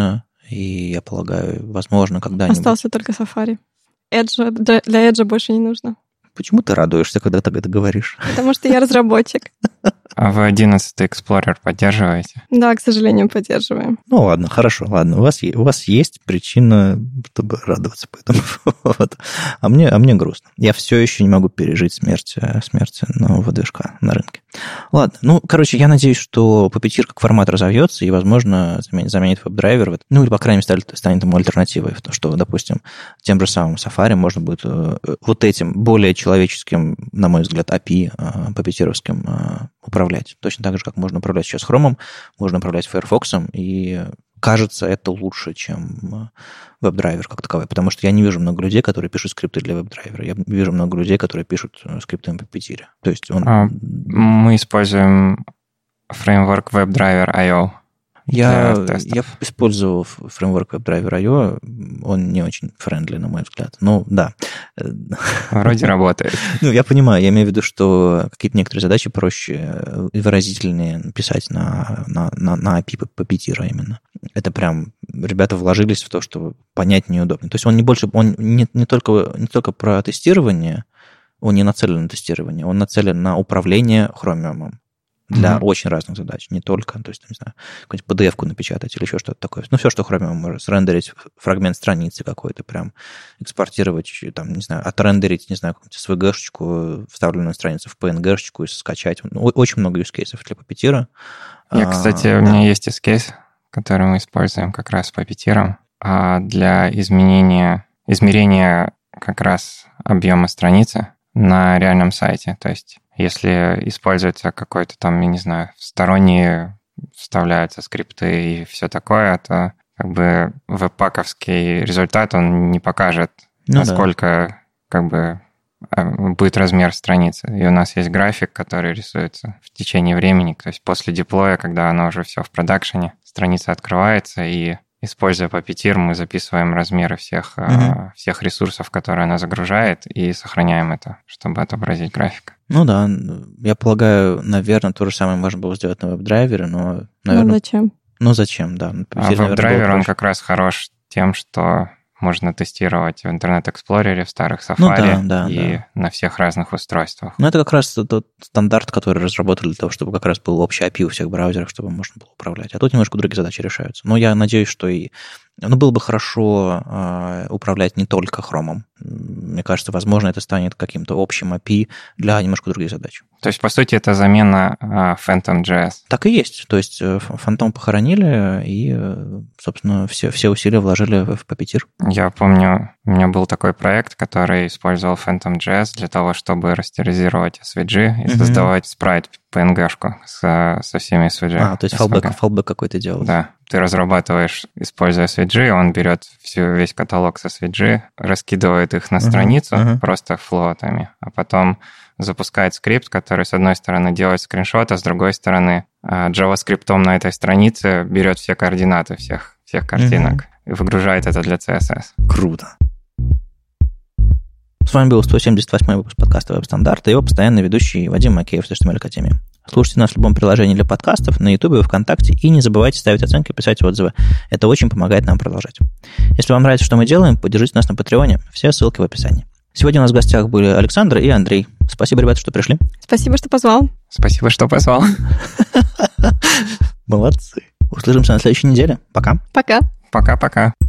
S1: и я полагаю, возможно, когда-нибудь...
S2: Остался только Safari. Edge, для Edge больше не нужно.
S1: Почему ты радуешься, когда ты это говоришь?
S2: Потому что я разработчик.
S3: А вы одиннадцатый Explorer поддерживаете?
S2: Да, к сожалению, поддерживаем.
S1: Ну ладно, хорошо, ладно. У вас, у вас есть причина, чтобы радоваться по этому поводу. А мне, а мне грустно. Я все еще не могу пережить смерть, смерть нового движка на рынке. Ладно, ну, короче, я надеюсь, что Puppeteer как формат разовьется и, возможно, заменит, заменит веб-драйвер. Ну, или, по крайней мере, станет, станет ему альтернативой. В том, что, допустим, тем же самым Safari можно будет вот этим более человеческим, на мой взгляд, эй пи ай папетеровским управлять. Точно так же, как можно управлять сейчас Chrome, можно управлять Firefox, и кажется, это лучше, чем веб-драйвер как таковой, потому что я не вижу много людей, которые пишут скрипты для веб-драйвера. Я вижу много людей, которые пишут скрипты на Puppeteer. То есть он...
S3: а, мы используем фреймворк WebDriver точка ай о.
S1: Я, я использовал фреймворк WebDriver точка ай о, он не очень френдли, на мой взгляд. Ну, да.
S3: Вроде работает.
S1: Ну, я понимаю, я имею в виду, что какие-то некоторые задачи проще и выразительнее писать на, на, на, на эй пи ай Puppeteer именно. Это прям ребята вложились в то, что понять неудобно. То есть он не больше, он не, не, только, не только про тестирование, он не нацелен на тестирование, он нацелен на управление Chromium. Для mm-hmm. очень разных задач, не только, то есть, не знаю, какую-нибудь пи ди эф-ку напечатать или еще что-то такое. Ну, все, что Chromium может срендерить, фрагмент страницы какой-то, прям экспортировать, там, не знаю, отрендерить, не знаю, какую-нибудь эс ви джи-шечку, вставленную страницу в пи эн джи-шечку и скачать. Ну, очень много юзкейсов для Puppeteer.
S3: Я, кстати, а, у меня да. есть юзкейс, который мы используем как раз с Puppeteer, а для изменения, измерения как раз объема страницы на реальном сайте. То есть если используется какой-то там, я не знаю, сторонние вставляются скрипты и все такое, то как бы веб-паковский результат, он не покажет, ну, насколько да. как бы будет размер страницы. И у нас есть график, который рисуется в течение времени, то есть после деплоя, когда оно уже все в продакшене, страница открывается, и используя Puppeteer, мы записываем размеры всех, mm-hmm. всех ресурсов, которые она загружает, и сохраняем это, чтобы отобразить график.
S1: Ну да, я полагаю, наверное, то же самое можно было сделать на веб-драйвере, но, наверное...
S2: Ну зачем?
S1: Ну зачем, да.
S3: А веб-драйвер, он как раз хорош тем, что можно тестировать в интернет-эксплорере, в старых Safari
S1: ну, да, да,
S3: и
S1: да.
S3: на всех разных устройствах.
S1: Ну, это как раз тот стандарт, который разработали для того, чтобы как раз был общий эй пи ай у всех браузеров, чтобы можно было управлять. А тут немножко другие задачи решаются. Но я надеюсь, что и... Ну, было бы хорошо э, управлять не только Chrome. Мне кажется, возможно, это станет каким-то общим эй пи ай для немножко других задач.
S3: То есть, по сути, это замена э, Phantom.js. Так
S1: и есть. То есть, э, Phantom похоронили, и, э, собственно, все, все усилия вложили в Puppeteer.
S3: Я помню, у меня был такой проект, который использовал Phantom.js для того, чтобы растеризировать эс ви джи и mm-hmm. создавать спрайт пи эн джи-шку со, со всеми эс ви джи.
S1: А, то есть fallback, fallback какой-то делал.
S3: Да. Ты разрабатываешь, используя эс ви джи, он берет всю, весь каталог с эс ви джи, раскидывает их на uh-huh, страницу uh-huh. просто флотами, а потом запускает скрипт, который, с одной стороны, делает скриншот, а с другой стороны, JavaScript на этой странице берет все координаты всех, всех картинок uh-huh. и выгружает это для си эс эс.
S1: Круто. С вами был сто семьдесят восьмой выпуск подкаста «Веб-стандарт» и его постоянный ведущий Вадим Макеев с эйч ти эм эль Академии. Слушайте нас в любом приложении для подкастов, на Ютубе и ВКонтакте, и не забывайте ставить оценки и писать отзывы. Это очень помогает нам продолжать. Если вам нравится, что мы делаем, поддержите нас на Патреоне. Все ссылки в описании. Сегодня у нас в гостях были Александр и Андрей. Спасибо, ребята, что пришли.
S2: Спасибо, что позвал.
S3: Спасибо, что позвал.
S1: Молодцы. Услышимся на следующей неделе. Пока.
S2: Пока.
S3: Пока-пока.